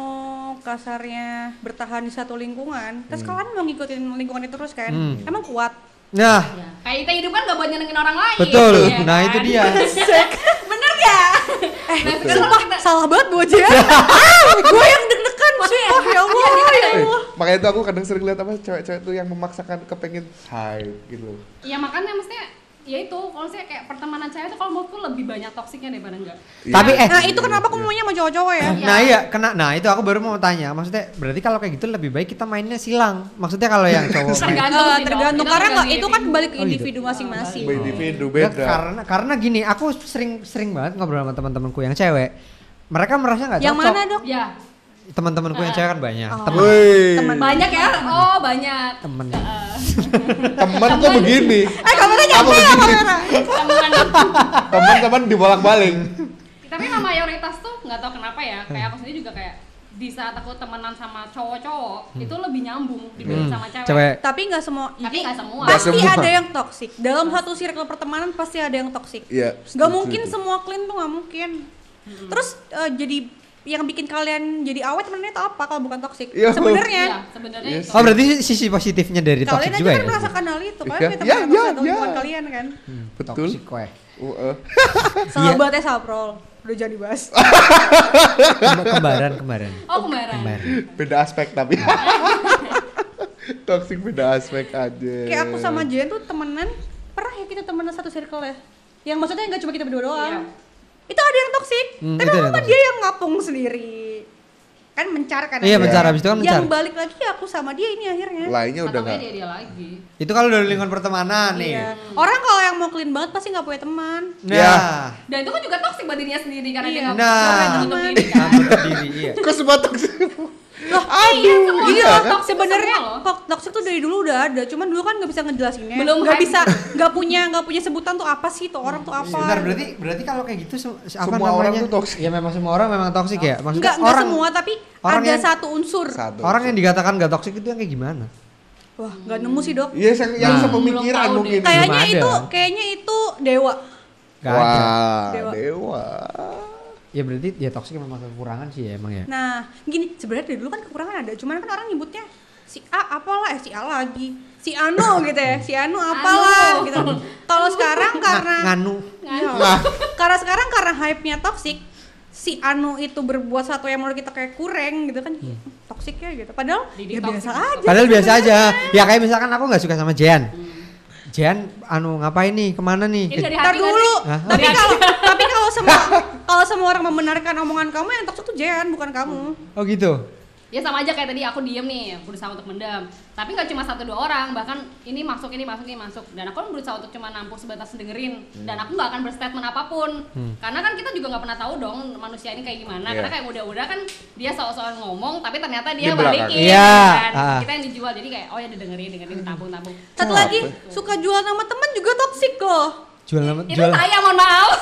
kasarnya bertahan di satu lingkungan, terus kalian mau ngikutin lingkungan itu terus kan, Hmm. emang kuat. Nah, Ya, kayak kita hidup kan gak buat nyenengin orang lain. betul. ya Nah, kan? itu dia. Bener gak? Eh, Nah, sekarang kalau kita salah banget bu aja. Gue yang deg-degan, Maksudnya, sumpah ya Allah, iya, ya Eh, Allah. makanya itu aku kadang sering lihat apa cewek-cewek tuh yang memaksakan kepengen hai gitu. ya makanya maksudnya ya itu kalau saya kayak pertemanan cewek tuh kalau menurutku lebih banyak toksiknya daripada enggak. Iya. Tapi eh Nah itu kenapa aku maunya sama cowok-cowok ya? Iya. Nah iya, kena. Nah itu aku baru mau tanya. Maksudnya berarti kalau kayak gitu lebih baik kita mainnya silang. Maksudnya kalau yang cowok main. Tergantung Eh, sih, tergantung Dok. karena Tergantung nggak itu kan individu. balik ke Oh, gitu. individu masing-masing. Individu Nggak, beda. karena karena gini, aku sering sering banget ngobrol sama teman-temanku yang cewek. Mereka merasa nggak cocok. Yang mana dok? Ya, Teman-temanku yang cewek kan banyak. Oh. Temen Woi, Teman. banyak ya. Oh, banyak. temen. Heeh. temen kok begini? Eh kameranya nyampe ya kamera. Temen. Teman-teman dibolak-balik. Tapi sama mayoritas tuh nggak tahu kenapa ya. Kayak aku sendiri juga kayak di saat aku temenan sama cowok-cowok itu lebih nyambung dibanding Hmm. sama cewek. Cewek. Tapi nggak semua. Tapi nggak semua. Nggak Pasti semua. ada yang toksik. Dalam satu circle pertemanan pasti ada yang toksik. Iya. Gak setuju mungkin tuh. semua clean tuh nggak mungkin. Terus eh, jadi yang bikin kalian jadi awet sebenarnya itu apa kalau bukan toksik? Iya. Sebenarnya Iya, sebenarnya Yes. itu. Oh berarti sisi positifnya dari kalian toxic aja juga kan ya? merasakan hal itu. Kalian Iya, punya iya, teman iya, atau lingkungan iya. kalian kan. Betul. Toxic kue. Uh, uh. Sahabatnya Saprol udah jadi bahas. Kemba- Kembaran kembaran. Oh, kembaran. Kembaran. Beda aspek tapi. Toxic beda aspek aja. Kayak aku sama Jen tuh temenan, pernah ya kita temenan satu circle ya? Yang maksudnya nggak cuma kita berdua doang. Iya. Itu ada yang toksik, Hmm, tapi itu ada yang lama toksik. dia yang ngapung sendiri. Kan mencar kan? Iya, akhirnya. mencar, habis itu kan mencar. Yang balik lagi aku sama dia ini akhirnya. Lainnya udah Atau nggak. dia dia lagi. Itu kalau dari lingkungan pertemanan nih. Iya. Orang kalau yang mau clean banget pasti nggak punya teman. Nah, Ya. Dan itu kan juga toksik buat dirinya sendiri karena Iya. dia nggak Nah. nggak menutup diri kan. nah, menutup diri, iya. Kok semua toxic? Loh, Iya, semua gini juga loh, toxic sebenarnya semua loh. kok toxic tuh dari dulu udah ada, cuman dulu kan nggak bisa ngejelasinnya, Belum nggak hype. bisa, nggak punya nggak punya sebutan tuh apa sih tuh orang tuh apa? Sebentar, berarti berarti kalau kayak gitu se- apa Semua namanya? orang tuh toxic. Ya memang semua orang memang toksik ya. Maksudnya Nggak nggak orang semua tapi orang ada yang- satu unsur. Satu. orang yang dikatakan gak toksik itu yang kayak gimana? Wah nggak nemu sih dok. Iya, yang, yang Nah. sepemikiran Belum tahu mungkin. deh. Kayaknya Belum ada. itu kayaknya itu dewa. Gak ada. Wah, Dewa. dewa. Ya berarti ya toksik memang kekurangan sih ya emang ya. Nah gini sebenarnya dari dulu kan kekurangan ada, cuman kan orang nyebutnya si A apalah, eh si A lagi, si Anu gitu ya, si Anu apalah Anu. gitu. Kalau sekarang karena Nganu. Iya. Nah. Karena sekarang karena hype-nya toxic, si Anu itu berbuat satu yang menurut kita kayak kurang gitu kan, toxic ya gitu. Padahal Didik ya biasa toxic. aja. Padahal biasa aja. Ya kayak misalkan aku nggak suka sama Jen. Jen, anu ngapain nih? Kemana nih? Ini dari Ntar hati nggak dulu. sih? Hah? Tapi kalau tapi kalau semua kalau semua orang membenarkan omongan kamu yang toxic tuh Jen, bukan kamu. Oh gitu. Ya sama aja kayak tadi aku diem nih, berusaha untuk mendam. Tapi nggak cuma satu dua orang, bahkan ini masuk, ini masuk, ini masuk. Dan aku kan berusaha untuk cuma nampung sebatas dengerin. Dan aku nggak akan berstatement apapun. Hmm. Karena kan kita juga nggak pernah tahu dong manusia ini kayak gimana. Iya. Karena kayak udah-udah kan dia soal-soal ngomong, tapi ternyata dia Di belakang. balikin. Iya. Kan? Ah. Kita yang dijual, jadi kayak oh ya didengerin, dengerin, tabung, tabung. Satu Capek. lagi, suka jual nama temen juga toxic loh. Jual nama Itu jual. saya mohon maaf.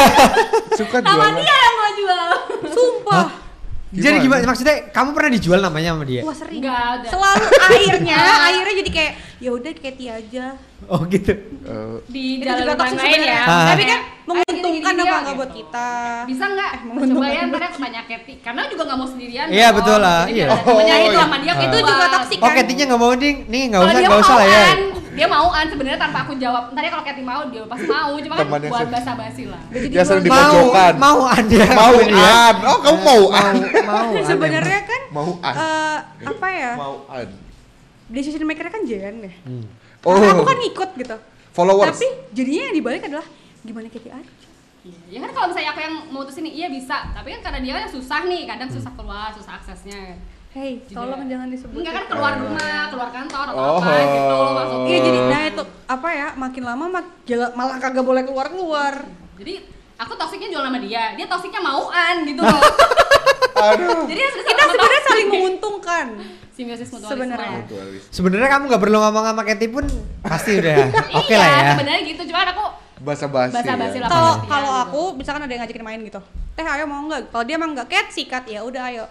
Suka Nama jualan. dia yang mau jual. Sumpah. Jadi Gimana? gimana? Maksudnya kamu pernah dijual namanya sama dia? Wah sering. Enggak ada. Selalu akhirnya, akhirnya jadi kayak ya udah Katy aja. Oh gitu. Eh, Di Itu jalan juga orang toxic lain ya. sebenarnya. Ah. Tapi kan Ayo, menguntungkan gini-gini apa dia, nggak buat gitu. kita? Bisa nggak? Eh, Coba menguntungkan ya, buat ntar aku tanya Katy. Karena juga nggak mau sendirian. Iya, dong. betul lah, Jadi iya. ada temennya Oh, itu iya. sama dia Ah. Itu juga toxic Oh kan? Katy-nya nggak mau nih, nih nggak Kalau usah dia nggak usah lah ya. mauan, dia mauan sebenarnya tanpa aku jawab. Ntar ya kalau Katy mau, dia pasti mau. Cuma kan Temannya buat se- basa-basi lah. Ya sering Mau, dipojokkan. mau anda. Mau ya. an. Oh, kamu mau an. Mau. Anda. Sebenarnya kan Mau an. eh, apa ya? Mau an. Decision maker kan Jen ya. Hmm. Oh. Karena aku kan ngikut gitu. Followers. Tapi jadinya yang dibalik adalah gimana Katy aja. Iya, ya kan kalau misalnya aku yang mutusin nih, iya bisa, tapi kan karena dia kan yang susah nih, kadang susah keluar, susah aksesnya. Hey, Juga. tolong jangan disebut. Enggak kan keluar rumah, keluar kantor atau Oh. apa gitu maksudnya. Iya jadi nah itu apa ya makin lama mak jala- malah kagak boleh keluar keluar. Jadi aku toksiknya jual sama dia, dia toksiknya mauan gitu loh. Aduh. Jadi harus Kita sebenarnya saling menguntungkan. simbiosis mutualisme. Sebenarnya. Mutualis. Sebenarnya kamu nggak perlu ngomong sama Katy pun pasti udah oke lah Iya, ya. sebenarnya gitu, cuman aku Basa-basi. Basa-basi ya. lah. Kalau Iya, kalau gitu. aku misalkan ada yang ngajakin main gitu. Teh ayo mau nggak? Kalau dia emang nggak cat sikat ya udah ayo.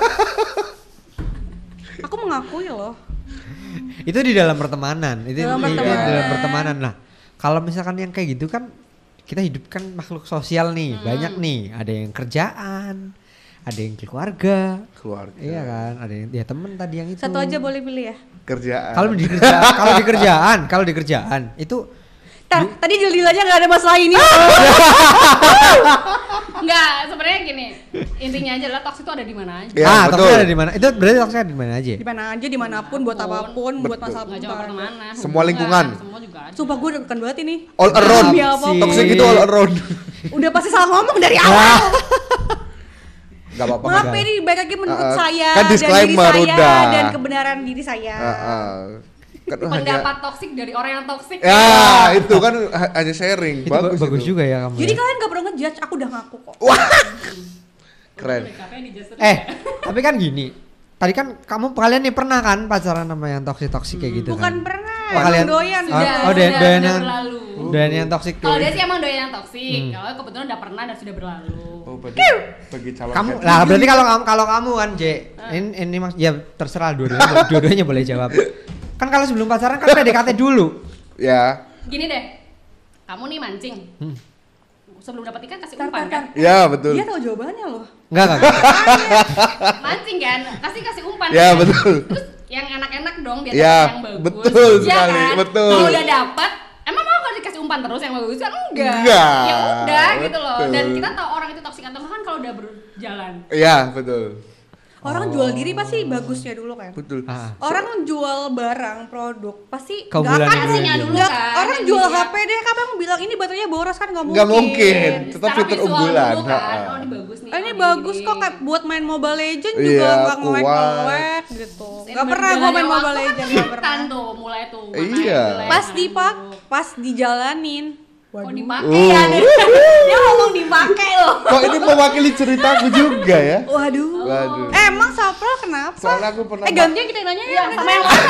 Aku mengakui loh. Itu di dalam pertemanan. Itu Dalam itu pertemanan. di dalam pertemanan. Nah, kalau misalkan yang kayak gitu kan kita hidup kan makhluk sosial nih, banyak nih. Ada yang kerjaan, ada yang keluarga. Keluarga. Iya kan, ada yang ya temen tadi yang itu. Satu aja boleh pilih ya. Kerjaan. Kalau di kerja, kalau di kerjaan, kalau di kerjaan itu Tar, tadi deal aja nggak ada masalah ini. enggak, sebenarnya gini. Intinya aja adalah toks itu ada di mana aja. Ya, ah, betul. toksnya ada di mana? Itu berarti toksnya ada di mana aja? Di mana aja, dimanapun, buat apapun, buat Betul. masalah Enggak cuma apa. pertemanan. Semua hubungan, lingkungan. Semua juga ada. Sumpah gue deg-degan banget ini. All around. Demi apa? Sih. Toxic itu all around. Udah pasti salah ngomong dari awal. Gak apa-apa. Maaf nggak. ini baik lagi menurut Ah, ah. saya Kan dan diri disclaimer saya udah. dan kebenaran diri saya. Ah, ah. Kan hanya- Pendapat toksik dari orang yang toksik. Ya, itu kan ha- hanya sharing. Itu bagus, bagus itu. juga ya kamu. Jadi ya. kalian gak perlu ngejudge, aku udah ngaku kok. Keren. Eh, tapi kan gini. Tadi kan kamu kalian nih pernah kan pacaran sama yang toksik-toksik kayak gitu Bukan kan? pernah, Oh, emang kalian- doyan. Oh, Sudah, oh, doyan- sudah, doyan sudah yang- berlalu. Dan yang toksik tuh. Kalau dia sih emang doyan yang toksik. Hmm. Kalau kebetulan udah pernah dan sudah berlalu. Oh, bagi, bagi calon Kamu Katy. lah berarti kalau kamu kalau kamu kan J, ini ini mas ya terserah dua-duanya bo- dua-duanya boleh jawab. Kan kalau sebelum pacaran kan P D K T dulu. Ya. Gini deh. Kamu nih mancing. Hmm. Sebelum dapat ikan kasih Tar, umpan tar, kan? tar. Ya, betul. Dia tahu jawabannya loh. Enggak enggak. enggak. Mancing kan? Kasih kasih umpan. Ya, kan? betul. Terus yang enak-enak dong biar Ya, dapet yang bagus. betul Iya sekali, kan? betul. Kalau udah dapat, emang mau kalau dikasih umpan terus yang bagus kan enggak. Enggak, Ya udah gitu loh. betul. Dan kita tahu orang itu toksik atau enggak kan kalau udah berjalan. Ya, betul. Orang jual diri pasti bagusnya dulu kan. Betul. Ah. Orang jual barang, produk pasti Kau nggak bulani akan dulu sih aja. dulu nggak- kan, orang yang jual dilihat. H P deh, kamu bilang ini baterainya boros kan nggak mungkin. Nggak mungkin. Tetap Secara fitur visual unggulan. dulu kan. Ha-ha. Oh, ini bagus nih. Ah, ini oh, bagus gini. kok kayak buat main Mobile Legend Iya, juga nggak kuat. ngewek-ngewek gitu. Terus Nggak ini pernah gue berjalannya main Mobile waktu Legend kan nggak pernah. instan tuh mulai tuh. Iya. makanya Pas jelek, dipak, anak-anak. pas dijalanin. Kok Waduh. dipakai Uh. ya? Dia, dia ngomong dipakai loh. Kok ini mewakili ceritaku juga ya? Waduh. Waduh. Eh, emang Saprol kenapa? Soalnya aku pernah Eh gantian kita yang nanya ya. Sama yang mana?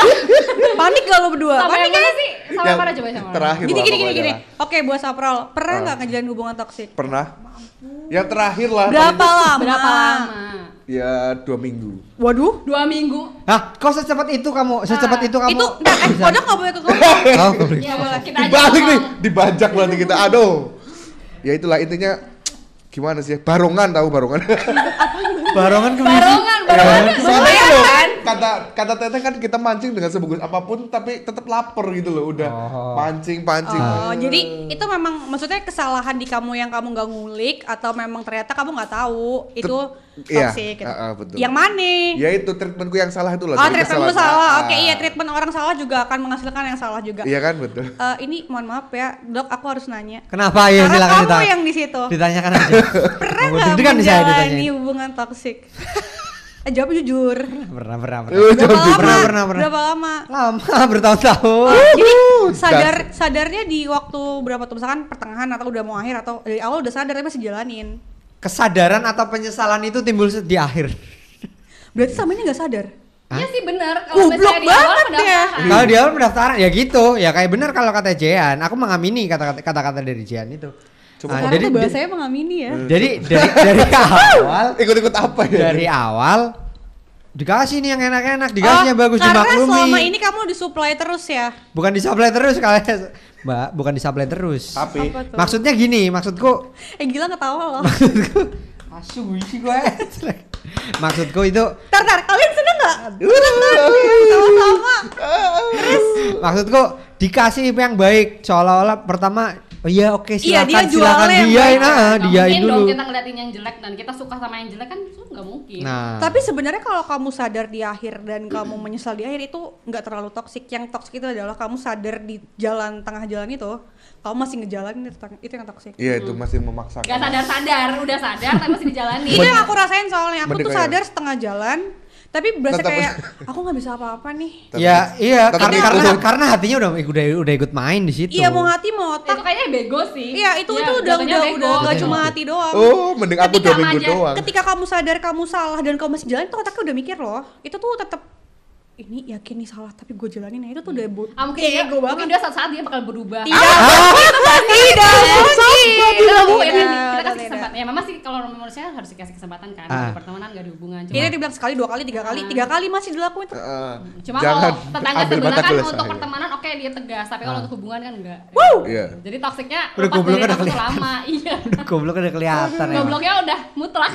Panik gak lo berdua? Sama Panik yang mana gak? sih? Sama yang mana coba sama? terakhir Gini lah gini gini pokoknya gini. lah. Oke, buat Saprol, pernah Ah. nggak ngejalin hubungan toksik? Pernah. Yang terakhir lah. Berapa paling- lama? Berapa lama? Ya dua minggu. Waduh. Dua minggu. Hah, kok secepat itu kamu? Secepat Ah, itu kamu? Itu enggak eh bisa- kodok nggak boleh ikut ngomong. Oh, nggak boleh. Ya boleh kita aja Dibalik nih, ngomong. dibajak berarti kita. Aduh. Ya itulah intinya gimana sih? Barongan tahu barongan. Barongan ke Barongan, barongan. Ya, soalnya Lumayan loh, kan? kata kata teteh kan kita mancing dengan sebagus apapun tapi tetap lapar gitu loh udah Oh. pancing pancing. Oh, jadi itu memang maksudnya kesalahan di kamu yang kamu nggak ngulik atau memang ternyata kamu nggak tahu itu iya, toksik gitu. ah, ah, betul. Yang mana? Ya itu treatmentku yang salah itu loh. Oh, jadi treatment lu kesalahan. salah. Ah, Oke, ah. iya treatment orang salah juga akan menghasilkan yang salah juga. Iya kan betul. Eh, ini mohon maaf ya, Dok, aku harus nanya. Kenapa ya? Karena Silakan kamu ditanya. yang di situ. Ditanyakan aja. Pernah Mau nggak deg-degan nih saya menjalani ditanyain. hubungan toksik? Eh, jawab jujur. Pernah, pernah, pernah. Uh, Berapa jawab lama? jujur. Pernah, pernah, pernah. Berapa lama? Lama, bertahun-tahun. Jadi Uh, sadar sadarnya di waktu berapa tuh misalkan pertengahan atau udah mau akhir atau dari awal udah sadar tapi masih jalanin. Kesadaran atau penyesalan itu timbul se- di akhir. Berarti sama ini nggak sadar. Hah? Iya sih benar. Kalau Goblok misalnya di awal banget ya. pendaftaran. Kalau di awal pendaftaran ya gitu, ya kayak benar kalau kata Jean, aku mengamini kata-kata kata-kata dari Jean itu. Coba Nah, Karena jadi tuh bahasanya mengamini ya. jadi dari dari awal Ikut-ikut apa ya? dari awal dikasih nih yang enak-enak, dikasih yang bagus, karena dimaklumi. selama ini kamu disuplai terus ya. Bukan disuplai terus kalian, Mbak, bukan disuplai terus. Tapi Apa tuh? Maksudnya gini, maksudku Eh gila ketawa loh. asu isi gue. Maksudku itu Tar tar, kalian seneng nggak? Seneng nggak? Sama-sama. maksudku dikasih yang baik seolah-olah pertama oh iya oke Iya, silakan dia silakan jualnya yang diain baik. ah Nggak diain mungkin dulu. dong kita ngeliatin yang jelek dan kita suka sama yang jelek kan itu nggak mungkin. Nah, Tapi sebenarnya kalau kamu sadar di akhir dan kamu menyesal di akhir itu nggak terlalu toksik. Yang toksik itu adalah kamu sadar di jalan tengah jalan itu, kamu masih ngejalanin itu, itu yang toksik. Iya itu masih memaksakan. Gak sadar-sadar, udah sadar tapi masih dijalani. Itu yang aku rasain soalnya aku Mending tuh kayak- sadar setengah jalan, tapi berasa Tetap- kayak aku nggak bisa apa-apa nih. Tapi- ya iya tapi karena itu- karena karena hatinya udah udah udah ikut main di situ. Iya mau hati mau Itu otak. kayaknya bego sih. Iya itu Iya, itu udah jatuhnya udah bego. udah nggak Jatuhnya cuma bego. hati doang. Oh, mending aku Ketika dua minggu aja- doang. Ketika kamu sadar kamu salah dan kamu masih jalan, tuh otaknya udah mikir loh. Itu tuh tetap ini yakin nih salah tapi gue jalanin ya itu tuh udah bu- Ah, mungkin dia, ego mungkin banget. dia suatu saat dia bakal berubah. Tidak, tidak mungkin. Tidak mungkin. Tidak, Kita kasih tidak. kesempatan. Ya memang sih kalau manusia harus dikasih kesempatan kan. Ah. Di pertemanan gak ada hubungan. Ini Cuma, dibilang sekali, dua kali, tiga kali, Ah. tiga kali masih dilakuin tuh. Heeh. cuma Jangan kalau tetangga ambil sebelah mata kan kuliah untuk saya. pertemanan oke dia tegas. Tapi kalau untuk hubungan kan enggak. Iya. Jadi toksiknya Udah lepas goblok dari udah waktu kelihatan. lama. Iya. Goblok udah kelihatan ya. Gobloknya udah mutlak.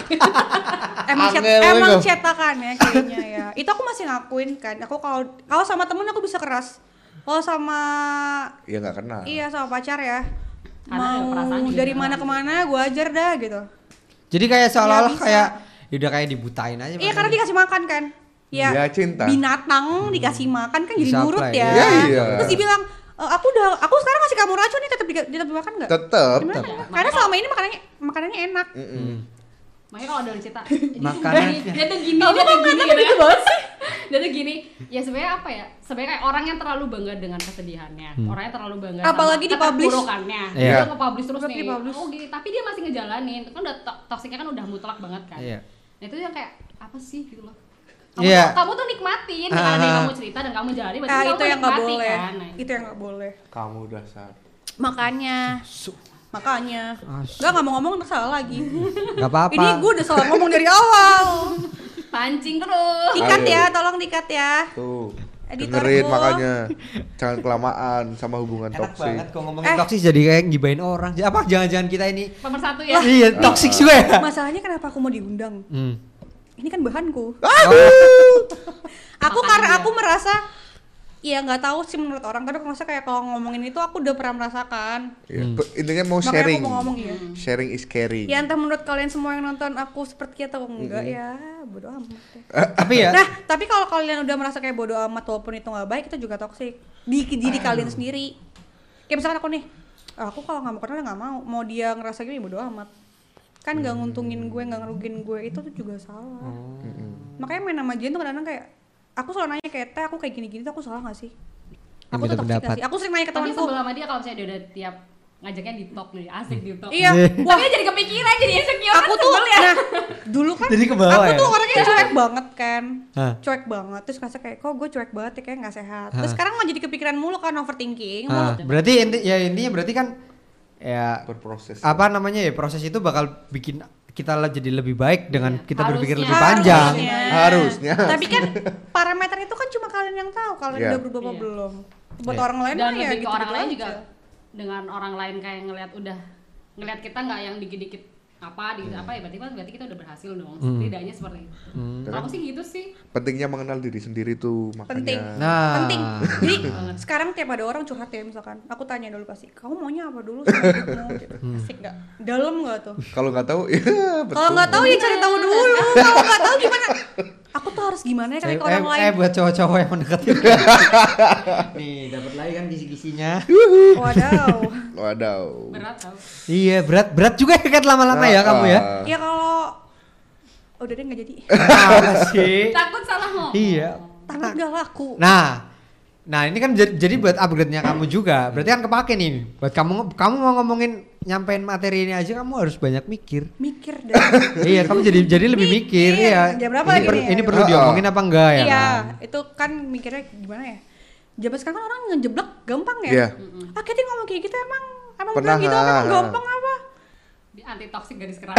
Emang cet, Angel emang itu. cetakan ya kayaknya ya. Itu aku masih ngakuin kan. Aku kalau kalau sama temen aku bisa keras. Kalau sama Iya nggak kenal. iya sama pacar ya. Karena ada perasaan Mau juga dari kan. mana kemana gue ajar dah gitu. Jadi kayak seolah-olah bisa. kayak ya udah kayak dibutain aja. Iya karena dikasih makan kan. Ya, Ya, cinta. binatang dikasih makan kan jadi nurut Disuplai. ya. Iya, iya. Terus dibilang e, aku udah aku sekarang ngasih kamu racun nih tetap di, tetap dimakan nggak? Tetep. Gimana? tetep. Karena selama ini makanannya makanannya enak. Mm-mm. Makanya kalau dari cerita Makanan. dia, dia tuh gini, dia tuh gini gitu ya. Dia tuh gini, ya sebenarnya apa ya? Sebenarnya kayak orang yang terlalu bangga dengan kesedihannya, orang yang terlalu bangga Apalagi sama di-publish. keterpurukannya. Iya. Dia nge-publish terus Apalagi nih. di-publish. Oh gitu, tapi dia masih ngejalanin. Itu kan udah to- toksiknya kan udah mutlak banget kan. Iya. Nah, itu yang kayak apa sih gitu loh. Kamu, Iya. tuh, kamu tuh nikmatin dengan Ah. ada yang kamu cerita dan kamu jalani berarti Ah, kamu itu yang nggak menikmati boleh. kan. Nah, Itu yang nggak boleh. Kamu dasar. Makanya, makanya. Asu. Nggak nggak mau ngomong ntar salah lagi. Gak apa-apa. Ini gue udah salah ngomong dari awal. pancing terus. Dikat Ayo. ya, tolong dikat ya. Tuh. Editor Dengerin gua. makanya. Jangan kelamaan sama hubungan Enak toksik. banget kok ngomongin Eh. toksik jadi kayak ngibain orang. Apa jangan-jangan kita ini Pemersatu ya. iya toksik juga ya? Masalahnya kenapa aku mau diundang? Hmm. Ini kan bahanku. Oh, Aku Makanya karena dia. aku merasa ya nggak tahu sih menurut orang, tapi aku merasa kayak kalau ngomongin itu aku udah pernah merasakan. Iya. Pe- Intinya mau Makanya sharing. aku mau ngomong ya. Sharing is caring. Ya entah menurut kalian semua yang nonton aku seperti atau enggak ya bodo amat deh. tapi ya Nah, tapi kalau kalian udah merasa kayak bodo amat walaupun itu nggak baik, itu juga toksik di diri kalian sendiri. Kayak misalkan aku nih, "Ah, aku kalau nggak mau kenal nggak mau, mau dia ngerasa gini bodo amat. Kan nggak nguntungin gue, nggak ngerugin gue, itu tuh juga salah. Makanya main sama Jen tuh kadang-kadang kayak aku selalu nanya kayak teh aku kayak gini-gini tuh aku salah nggak sih? Yang Aku beda tuh toksik pendapat. nggak sih? Aku sering nanya ke Tapi temanku. sebelum sama dia kalau misalnya dia udah tiap ngajaknya di talk nih, asik di talk. Iya, Eh. wah Tapi dia jadi kepikiran, jadi insecure aku kan tuh sebel ya. nah dulu kan Jadi kebawa aku ya? tuh orangnya cuek banget kan Hah. cuek banget terus ngerasa kayak kok gue cuek banget ya kayak nggak sehat terus Hah. sekarang mah jadi kepikiran mulu kan overthinking ah, mulu. berarti inti ya intinya berarti kan ya Berproses. apa namanya ya proses itu bakal bikin kita lah jadi lebih baik dengan Iya, kita berpikir harusnya. lebih panjang. Harusnya. Harusnya. Tapi kan parameter itu kan cuma kalian yang tahu kalian Iya. udah berubah apa Iya. belum. Buat Iya. orang lain Dan mah ya lebih ke gitu-gitu orang lain aja. juga dengan orang lain kayak ngelihat udah ngelihat kita nggak yang dikit-dikit apa dikit apa ya berarti kan berarti kita udah berhasil dong setidaknya seperti itu. Hmm. Kalau aku sih gitu sih. Pentingnya mengenal diri sendiri tuh Penting. makanya. Nah, Penting. Jadi sekarang tiap ada orang curhat ya misalkan, aku tanya dulu pasti, kamu maunya apa dulu sama hidupmu? Gitu. Asik nggak? Dalam nggak tuh? Kalau nggak tahu, ya betul. Kalau nggak tahu ya cari tahu dulu. Kalau nggak tahu gimana? Aku tuh harus gimana ya cari eh, ke orang eh, lain? eh, buat cowok-cowok yang mendekati. Nih, dapat lagi kan kisi-kisinya. Wadaw. Wadaw. Berat tau. Iya, berat berat juga kan lama-lama ya kamu ya. Ah. Ya kalau oh, udah deh nggak jadi. Apa sih? Takut salah ngomong. Iya. Takut gak laku. Nah, nah ini kan jadi, jadi buat upgrade-nya kamu juga. Berarti kan kepake nih. Buat kamu kamu mau ngomongin nyampein materi ini aja kamu harus banyak mikir. Mikir deh. Iya, kamu jadi jadi lebih mikir Mikir. ya. Jam berapa ini, lagi per- nih? ini perlu Oh, oh. diomongin apa enggak ya? Iya, kan? itu kan mikirnya gimana ya? Zaman sekarang kan orang ngejeblak gampang ya. Iya. Ah, Katie ngomong kayak gitu emang emang Pernah, bilang gitu emang ah. gampang apa? Di anti toxic garis keras.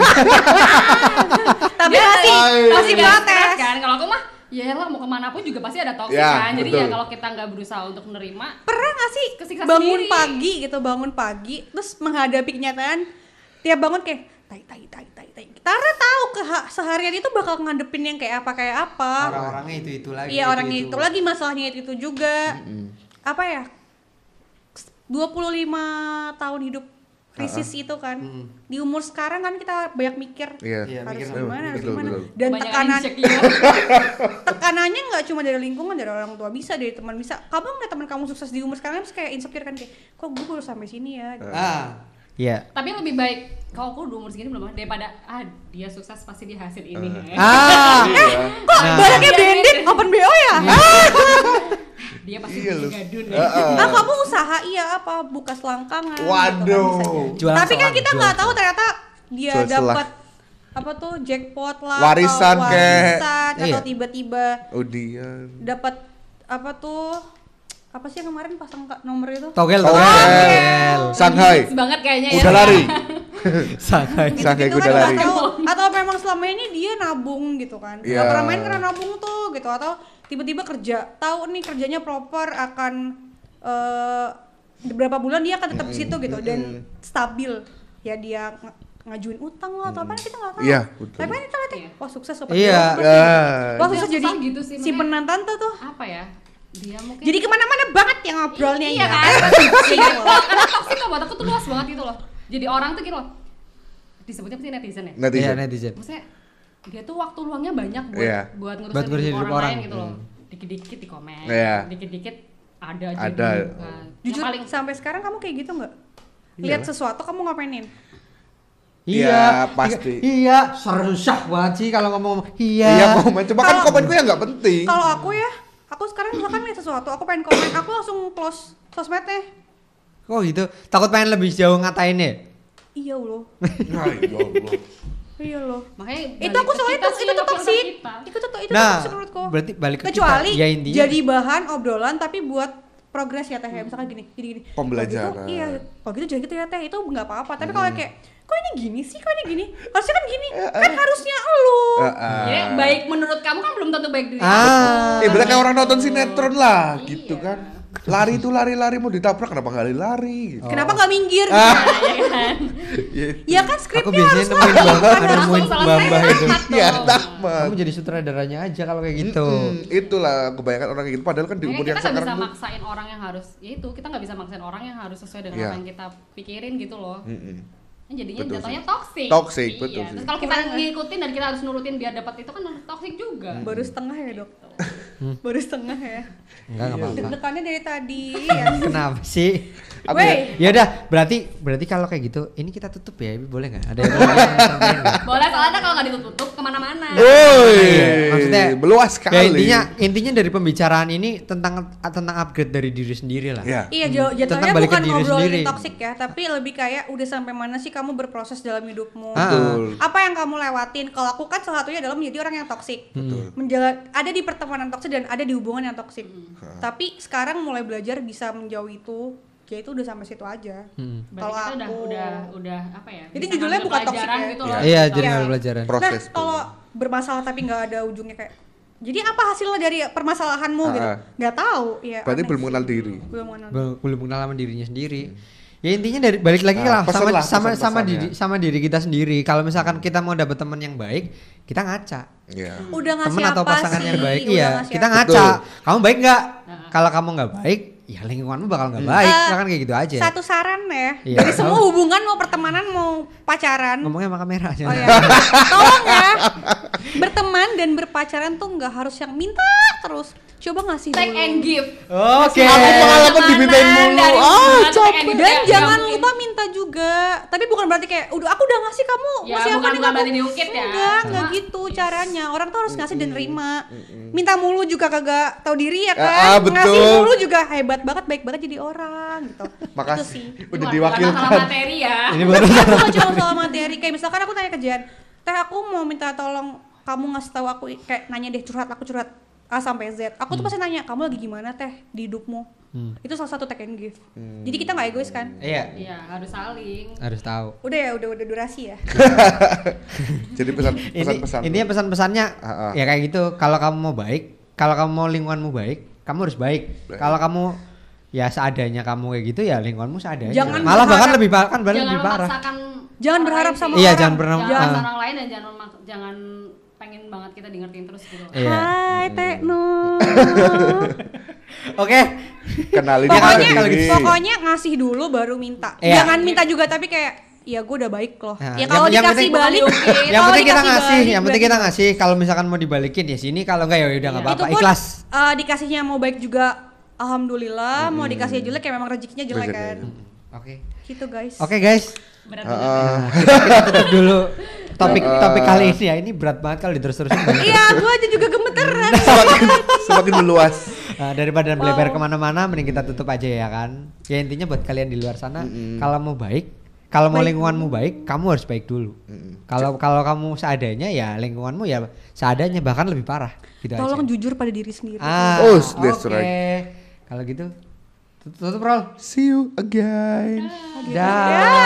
Tapi Dia masih Ay. masih garis keras protes. kan. Kalau aku mah ya lah mau kemana pun juga pasti ada toxic Ya, kan. Jadi betul. ya kalau kita nggak berusaha untuk menerima Pernah gak sih Kesiksa bangun sendiri. pagi gitu, bangun pagi terus menghadapi kenyataan tiap bangun kayak tai tai tai tai tai. Karena tahu ke seharian itu bakal ngadepin yang kayak apa kayak apa. Orang-orangnya itu itu lagi. Iya, orangnya itu lagi, masalahnya itu, itu juga. Apa ya? dua puluh lima tahun hidup krisis itu kan. Di umur sekarang kan kita banyak mikir. Iya. Iya, Harus mikir. gimana, harus Betul, gimana. betul. Dan Kebanyakan tekanan insecure. tekanannya nggak cuma dari lingkungan, dari orang tua bisa, dari teman bisa. Kamu ngeliat teman kamu sukses di umur sekarang terus kayak insecure kan, kayak kok gue baru sampai sini ya gitu. Ah. Iya. Tapi lebih baik kalau aku udah umur segini belum daripada ah dia sukses pasti dia hasil ini. ya. Ah. Iya. Kok Nah. banyaknya bandit open B O ya? Dia pasti Iya loh. gadun. Heeh. Ah kamu usaha iya apa buka selangkangan gitu kan, Waduh. bisa jadi. Jualan Tapi kan selang, kita jualan nggak tahu selang. ternyata dia Jual selang. dapat apa tuh jackpot lah, Warisan atau kek. warisan, atau Iya. tiba-tiba Udian. dapat apa tuh apa sih yang kemarin pasang ka- nomor itu? Togel, Togel. togel. Shanghai. Hits banget kayaknya ya. Udah lari. Sangat. Shanghai Gitu kuda kan lari. nggak tahu. Atau memang selama ini dia nabung gitu kan? Iya. Gak pernah main karena nabung tuh gitu, atau tiba-tiba kerja, tahu nih kerjanya proper akan eh beberapa bulan dia akan tetap di situ gitu dan stabil ya, dia ng- ngajuin utang lah atau apa kita nggak tahu. Iya, betul. Tapi kan kita lihat, Iya. wah sukses sobat. Iya. Berarti- Ah. Wah Dia sukses jadi susah gitu sih, simpenan tante tuh. Apa ya? Dia mungkin Jadi kemana-mana banget ya ngobrolnya iya ya. kan? Iya, karena toksik buat aku tuh luas banget gitu loh. Jadi orang tuh gitu loh. Disebutnya pasti netizen ya. Iya, Netizen. netizen. Maksudnya dia tuh waktu luangnya banyak buat Iya. buat ngurusin Buat ngurusin hidup hidup orang, orang. lain gitu loh. Hmm. Dikit-dikit di komen, Iya. dikit-dikit ada aja Ada. gitu kan. Yang Jujur paling sampai sekarang kamu kayak gitu nggak? Lihat Iyalah. sesuatu kamu ngapainin? Iya, pasti. Iya, susah banget sih kalau ngomong iya. Iya, komen. Cuma kan Kalau- komenku ya nggak penting. Kalau aku ya, aku sekarang misalkan lihat sesuatu, aku pengen komen, aku langsung close sosmednya. Kok gitu? Takut pengen lebih jauh ngatain ya? Iya loh, Ya Allah. iya loh. makanya Itu balik aku ke soalnya kita itu sih, itu tuh ke toksik. kita. Itu tuh itu Nah, toksik menurutku. berarti balik ke kita. Kecuali Ya, intinya- jadi bahan obrolan tapi buat progres ya teh, ya. Misalkan gini, gini gini. Pembelajaran. Kalau gitu, iya, kalau gitu jangan gitu ya teh, itu nggak apa-apa. Tapi kalau kayak kok ini gini sih, kok ini gini, harusnya kan gini, kan harusnya elu. Ah, ah. Ya, baik menurut kamu kan belum tentu baik diri Ah. Eh, berarti kayak orang nonton sinetron lah, Iya. gitu kan. Lari tuh lari-lari mau ditabrak kenapa nggak lari-lari gitu. Kenapa nggak minggir? Ah. Gitu. ya kan? Iya. Ya kan Aku skripnya biasanya harus nemuin lari, bang, kan harus nemuin Langsung selesai, bambah itu. cut Iya, dong. tamat. Kamu jadi sutradaranya aja kalau kayak gitu. Hmm, itulah kebanyakan orang kayak gitu. Padahal kan di Makanya umur kita yang nggak sekarang bisa tuh. maksain orang yang harus, ya itu kita nggak bisa maksain orang yang harus sesuai dengan Iya. apa yang kita pikirin gitu loh. Mm-mm. Jadinya Betul jatuhnya sih. toxic. Toxic, Iya. betul sih. Terus kalau kita ngikutin dan kita harus nurutin biar dapat itu kan toxic juga. Baru setengah ya dok, baru setengah ya. Enggak enggak apa-apa. Deg-degannya dari tadi ya. Kenapa sih? Aku Wey. Ya udah, berarti berarti kalau kayak gitu, ini kita tutup ya, Ibi, boleh nggak? Ada yang mau disampaikan nggak? Boleh, soalnya kalau nggak ditutup kemana-mana. Woi, Iya, maksudnya meluas sekali. Ya, intinya intinya dari pembicaraan ini tentang tentang upgrade dari diri sendiri lah. Iya. Iya, jauh Tentang jatuhnya balik ke bukan diri ngobrolin sendiri. toksik ya, tapi lebih kayak udah sampai mana sih kamu berproses dalam hidupmu. Ah. Betul. Apa yang kamu lewatin? Kalau aku kan salah satunya adalah menjadi orang yang toksik. Betul. Menjalan ada di pertemanan toksik dan ada di hubungan yang toksik. Tapi sekarang mulai belajar bisa menjauh itu, ya itu udah sampai situ aja. Hmm. Berarti Kalau kita udah aku- udah udah apa ya? Jadi bisa judulnya ngambil bukan toxic pelajaran ya? gitu Iya. loh. Iya, Gitu. jadi Iya. ngambil pelajaran. Proses. Nah, kalau bermasalah tapi nggak ada ujungnya kayak, jadi apa hasilnya dari permasalahanmu gitu? Ah. Nggak tahu. Ya, Berarti aneh belum sih. mengenal diri. Belum mengenal. Belum belum kenal sama dirinya sendiri. Ya intinya dari balik lagi Nah, lah pesan sama lah, sama pesan-pesannya. sama diri sama diri kita sendiri. Kalau misalkan kita mau dapet teman yang baik, kita ngaca. Iya. Udah ngasih Teman atau apa pasangan sih? yang baik, Udah iya. ngasih Kita apa? ngaca. Betul. Kamu baik nggak? Nah. Kalau kamu nggak baik, ya lingkunganmu bakal nggak baik. Eh, Kan kayak gitu aja. Satu saran ya, Iya. dari semua hubungan mau pertemanan mau pacaran, Ngomongnya sama kamera aja. oh ya, tolong ya, berteman dan berpacaran tuh nggak harus yang minta terus, coba ngasih Take dulu. and give. Oke. Aku pengalaman Temanan dimintain mulu. dari Ah, hubungan, take capek. and give. Dan Nggak jangan mungkin. lupa minta juga, tapi bukan berarti kayak udah aku udah ngasih kamu, Ya, masih apa bukan- nih bukan kamu? berarti diungkit ya. Enggak, enggak Cuma- gitu caranya. Orang tuh harus ngasih dan nerima. Minta mulu juga kagak tahu diri ya Ah, kan? ah, betul. Ngasih mulu juga hebat banget, baik banget jadi orang gitu. Itu Makasih. sih. Udah Bukan- bukan diwakilkan. masalah materi ya. Ini baru Bukan cuma soal materi, kayak misalkan aku tanya ke Jan, teh aku mau minta tolong kamu ngasih tahu aku, kayak nanya deh curhat, aku curhat A sampai Z. Aku tuh pasti nanya, kamu lagi gimana teh di hidupmu? Hmm. Itu salah satu take and give. Jadi kita nggak egois kan? Iya, Iya, harus saling. harus tahu. Udah ya, udah udah durasi ya. Jadi pesan Ini pesan-pesan. intinya pesan-pesannya Ah, ah. ya kayak gitu. Kalau kamu mau baik, kalau kamu mau lingkunganmu baik, kamu harus baik. Baik. Kalau kamu ya seadanya kamu kayak gitu ya lingkunganmu seadanya. Jangan Malah bahkan berharap- lebih parah kan bahkan Jangan lebih parah. memaksakan Jangan orang berharap lain sama sih. Iya, orang. jangan pernah- Jangan ah. memaksa orang lain dan jangan memak- jangan pengen banget kita di ngertiin terus gitu. Iya. Hai Tekno. Oke. Kenalin Pokoknya, diri. kalau gitu. pokoknya ngasih dulu baru minta. Iya. Jangan minta juga tapi kayak ya gue udah baik loh. Nah, ya kalau yang- yang dikasih penting- balik, Yang Yang kalau penting kita dikasih ngasih, balik, yang penting berarti- kita ngasih. Kalau misalkan mau dibalikin ya sini, kalau enggak ya udah enggak Iya. apa-apa. Itu pun Ikhlas. eh, dikasihnya mau baik juga alhamdulillah, mau dikasih jelek kayak memang rezekinya jelek Rezeki. kan. Oke. Gitu guys. Oke guys, Berat Heeh. banget. kita tutup dulu topik Uh, topik kali ini ya. Ini berat banget kalau diterus-terusin banyak. Iya, gue aja juga gemeteran. semakin semakin meluas. Nah, daripada melebar kemana-mana, mending kita tutup aja ya kan. Ya intinya buat kalian di luar sana, Mm-mm. kalau mau baik, kalau mau Baik lingkunganmu baik, kamu harus baik dulu. Mm-mm. Kalau kalau kamu seadanya ya lingkunganmu ya seadanya bahkan lebih parah. Gitu Tolong aja. jujur pada diri sendiri. Ah, Oh, that's oke. right. Kalau gitu tutup, tutup roll. See you again. Dah.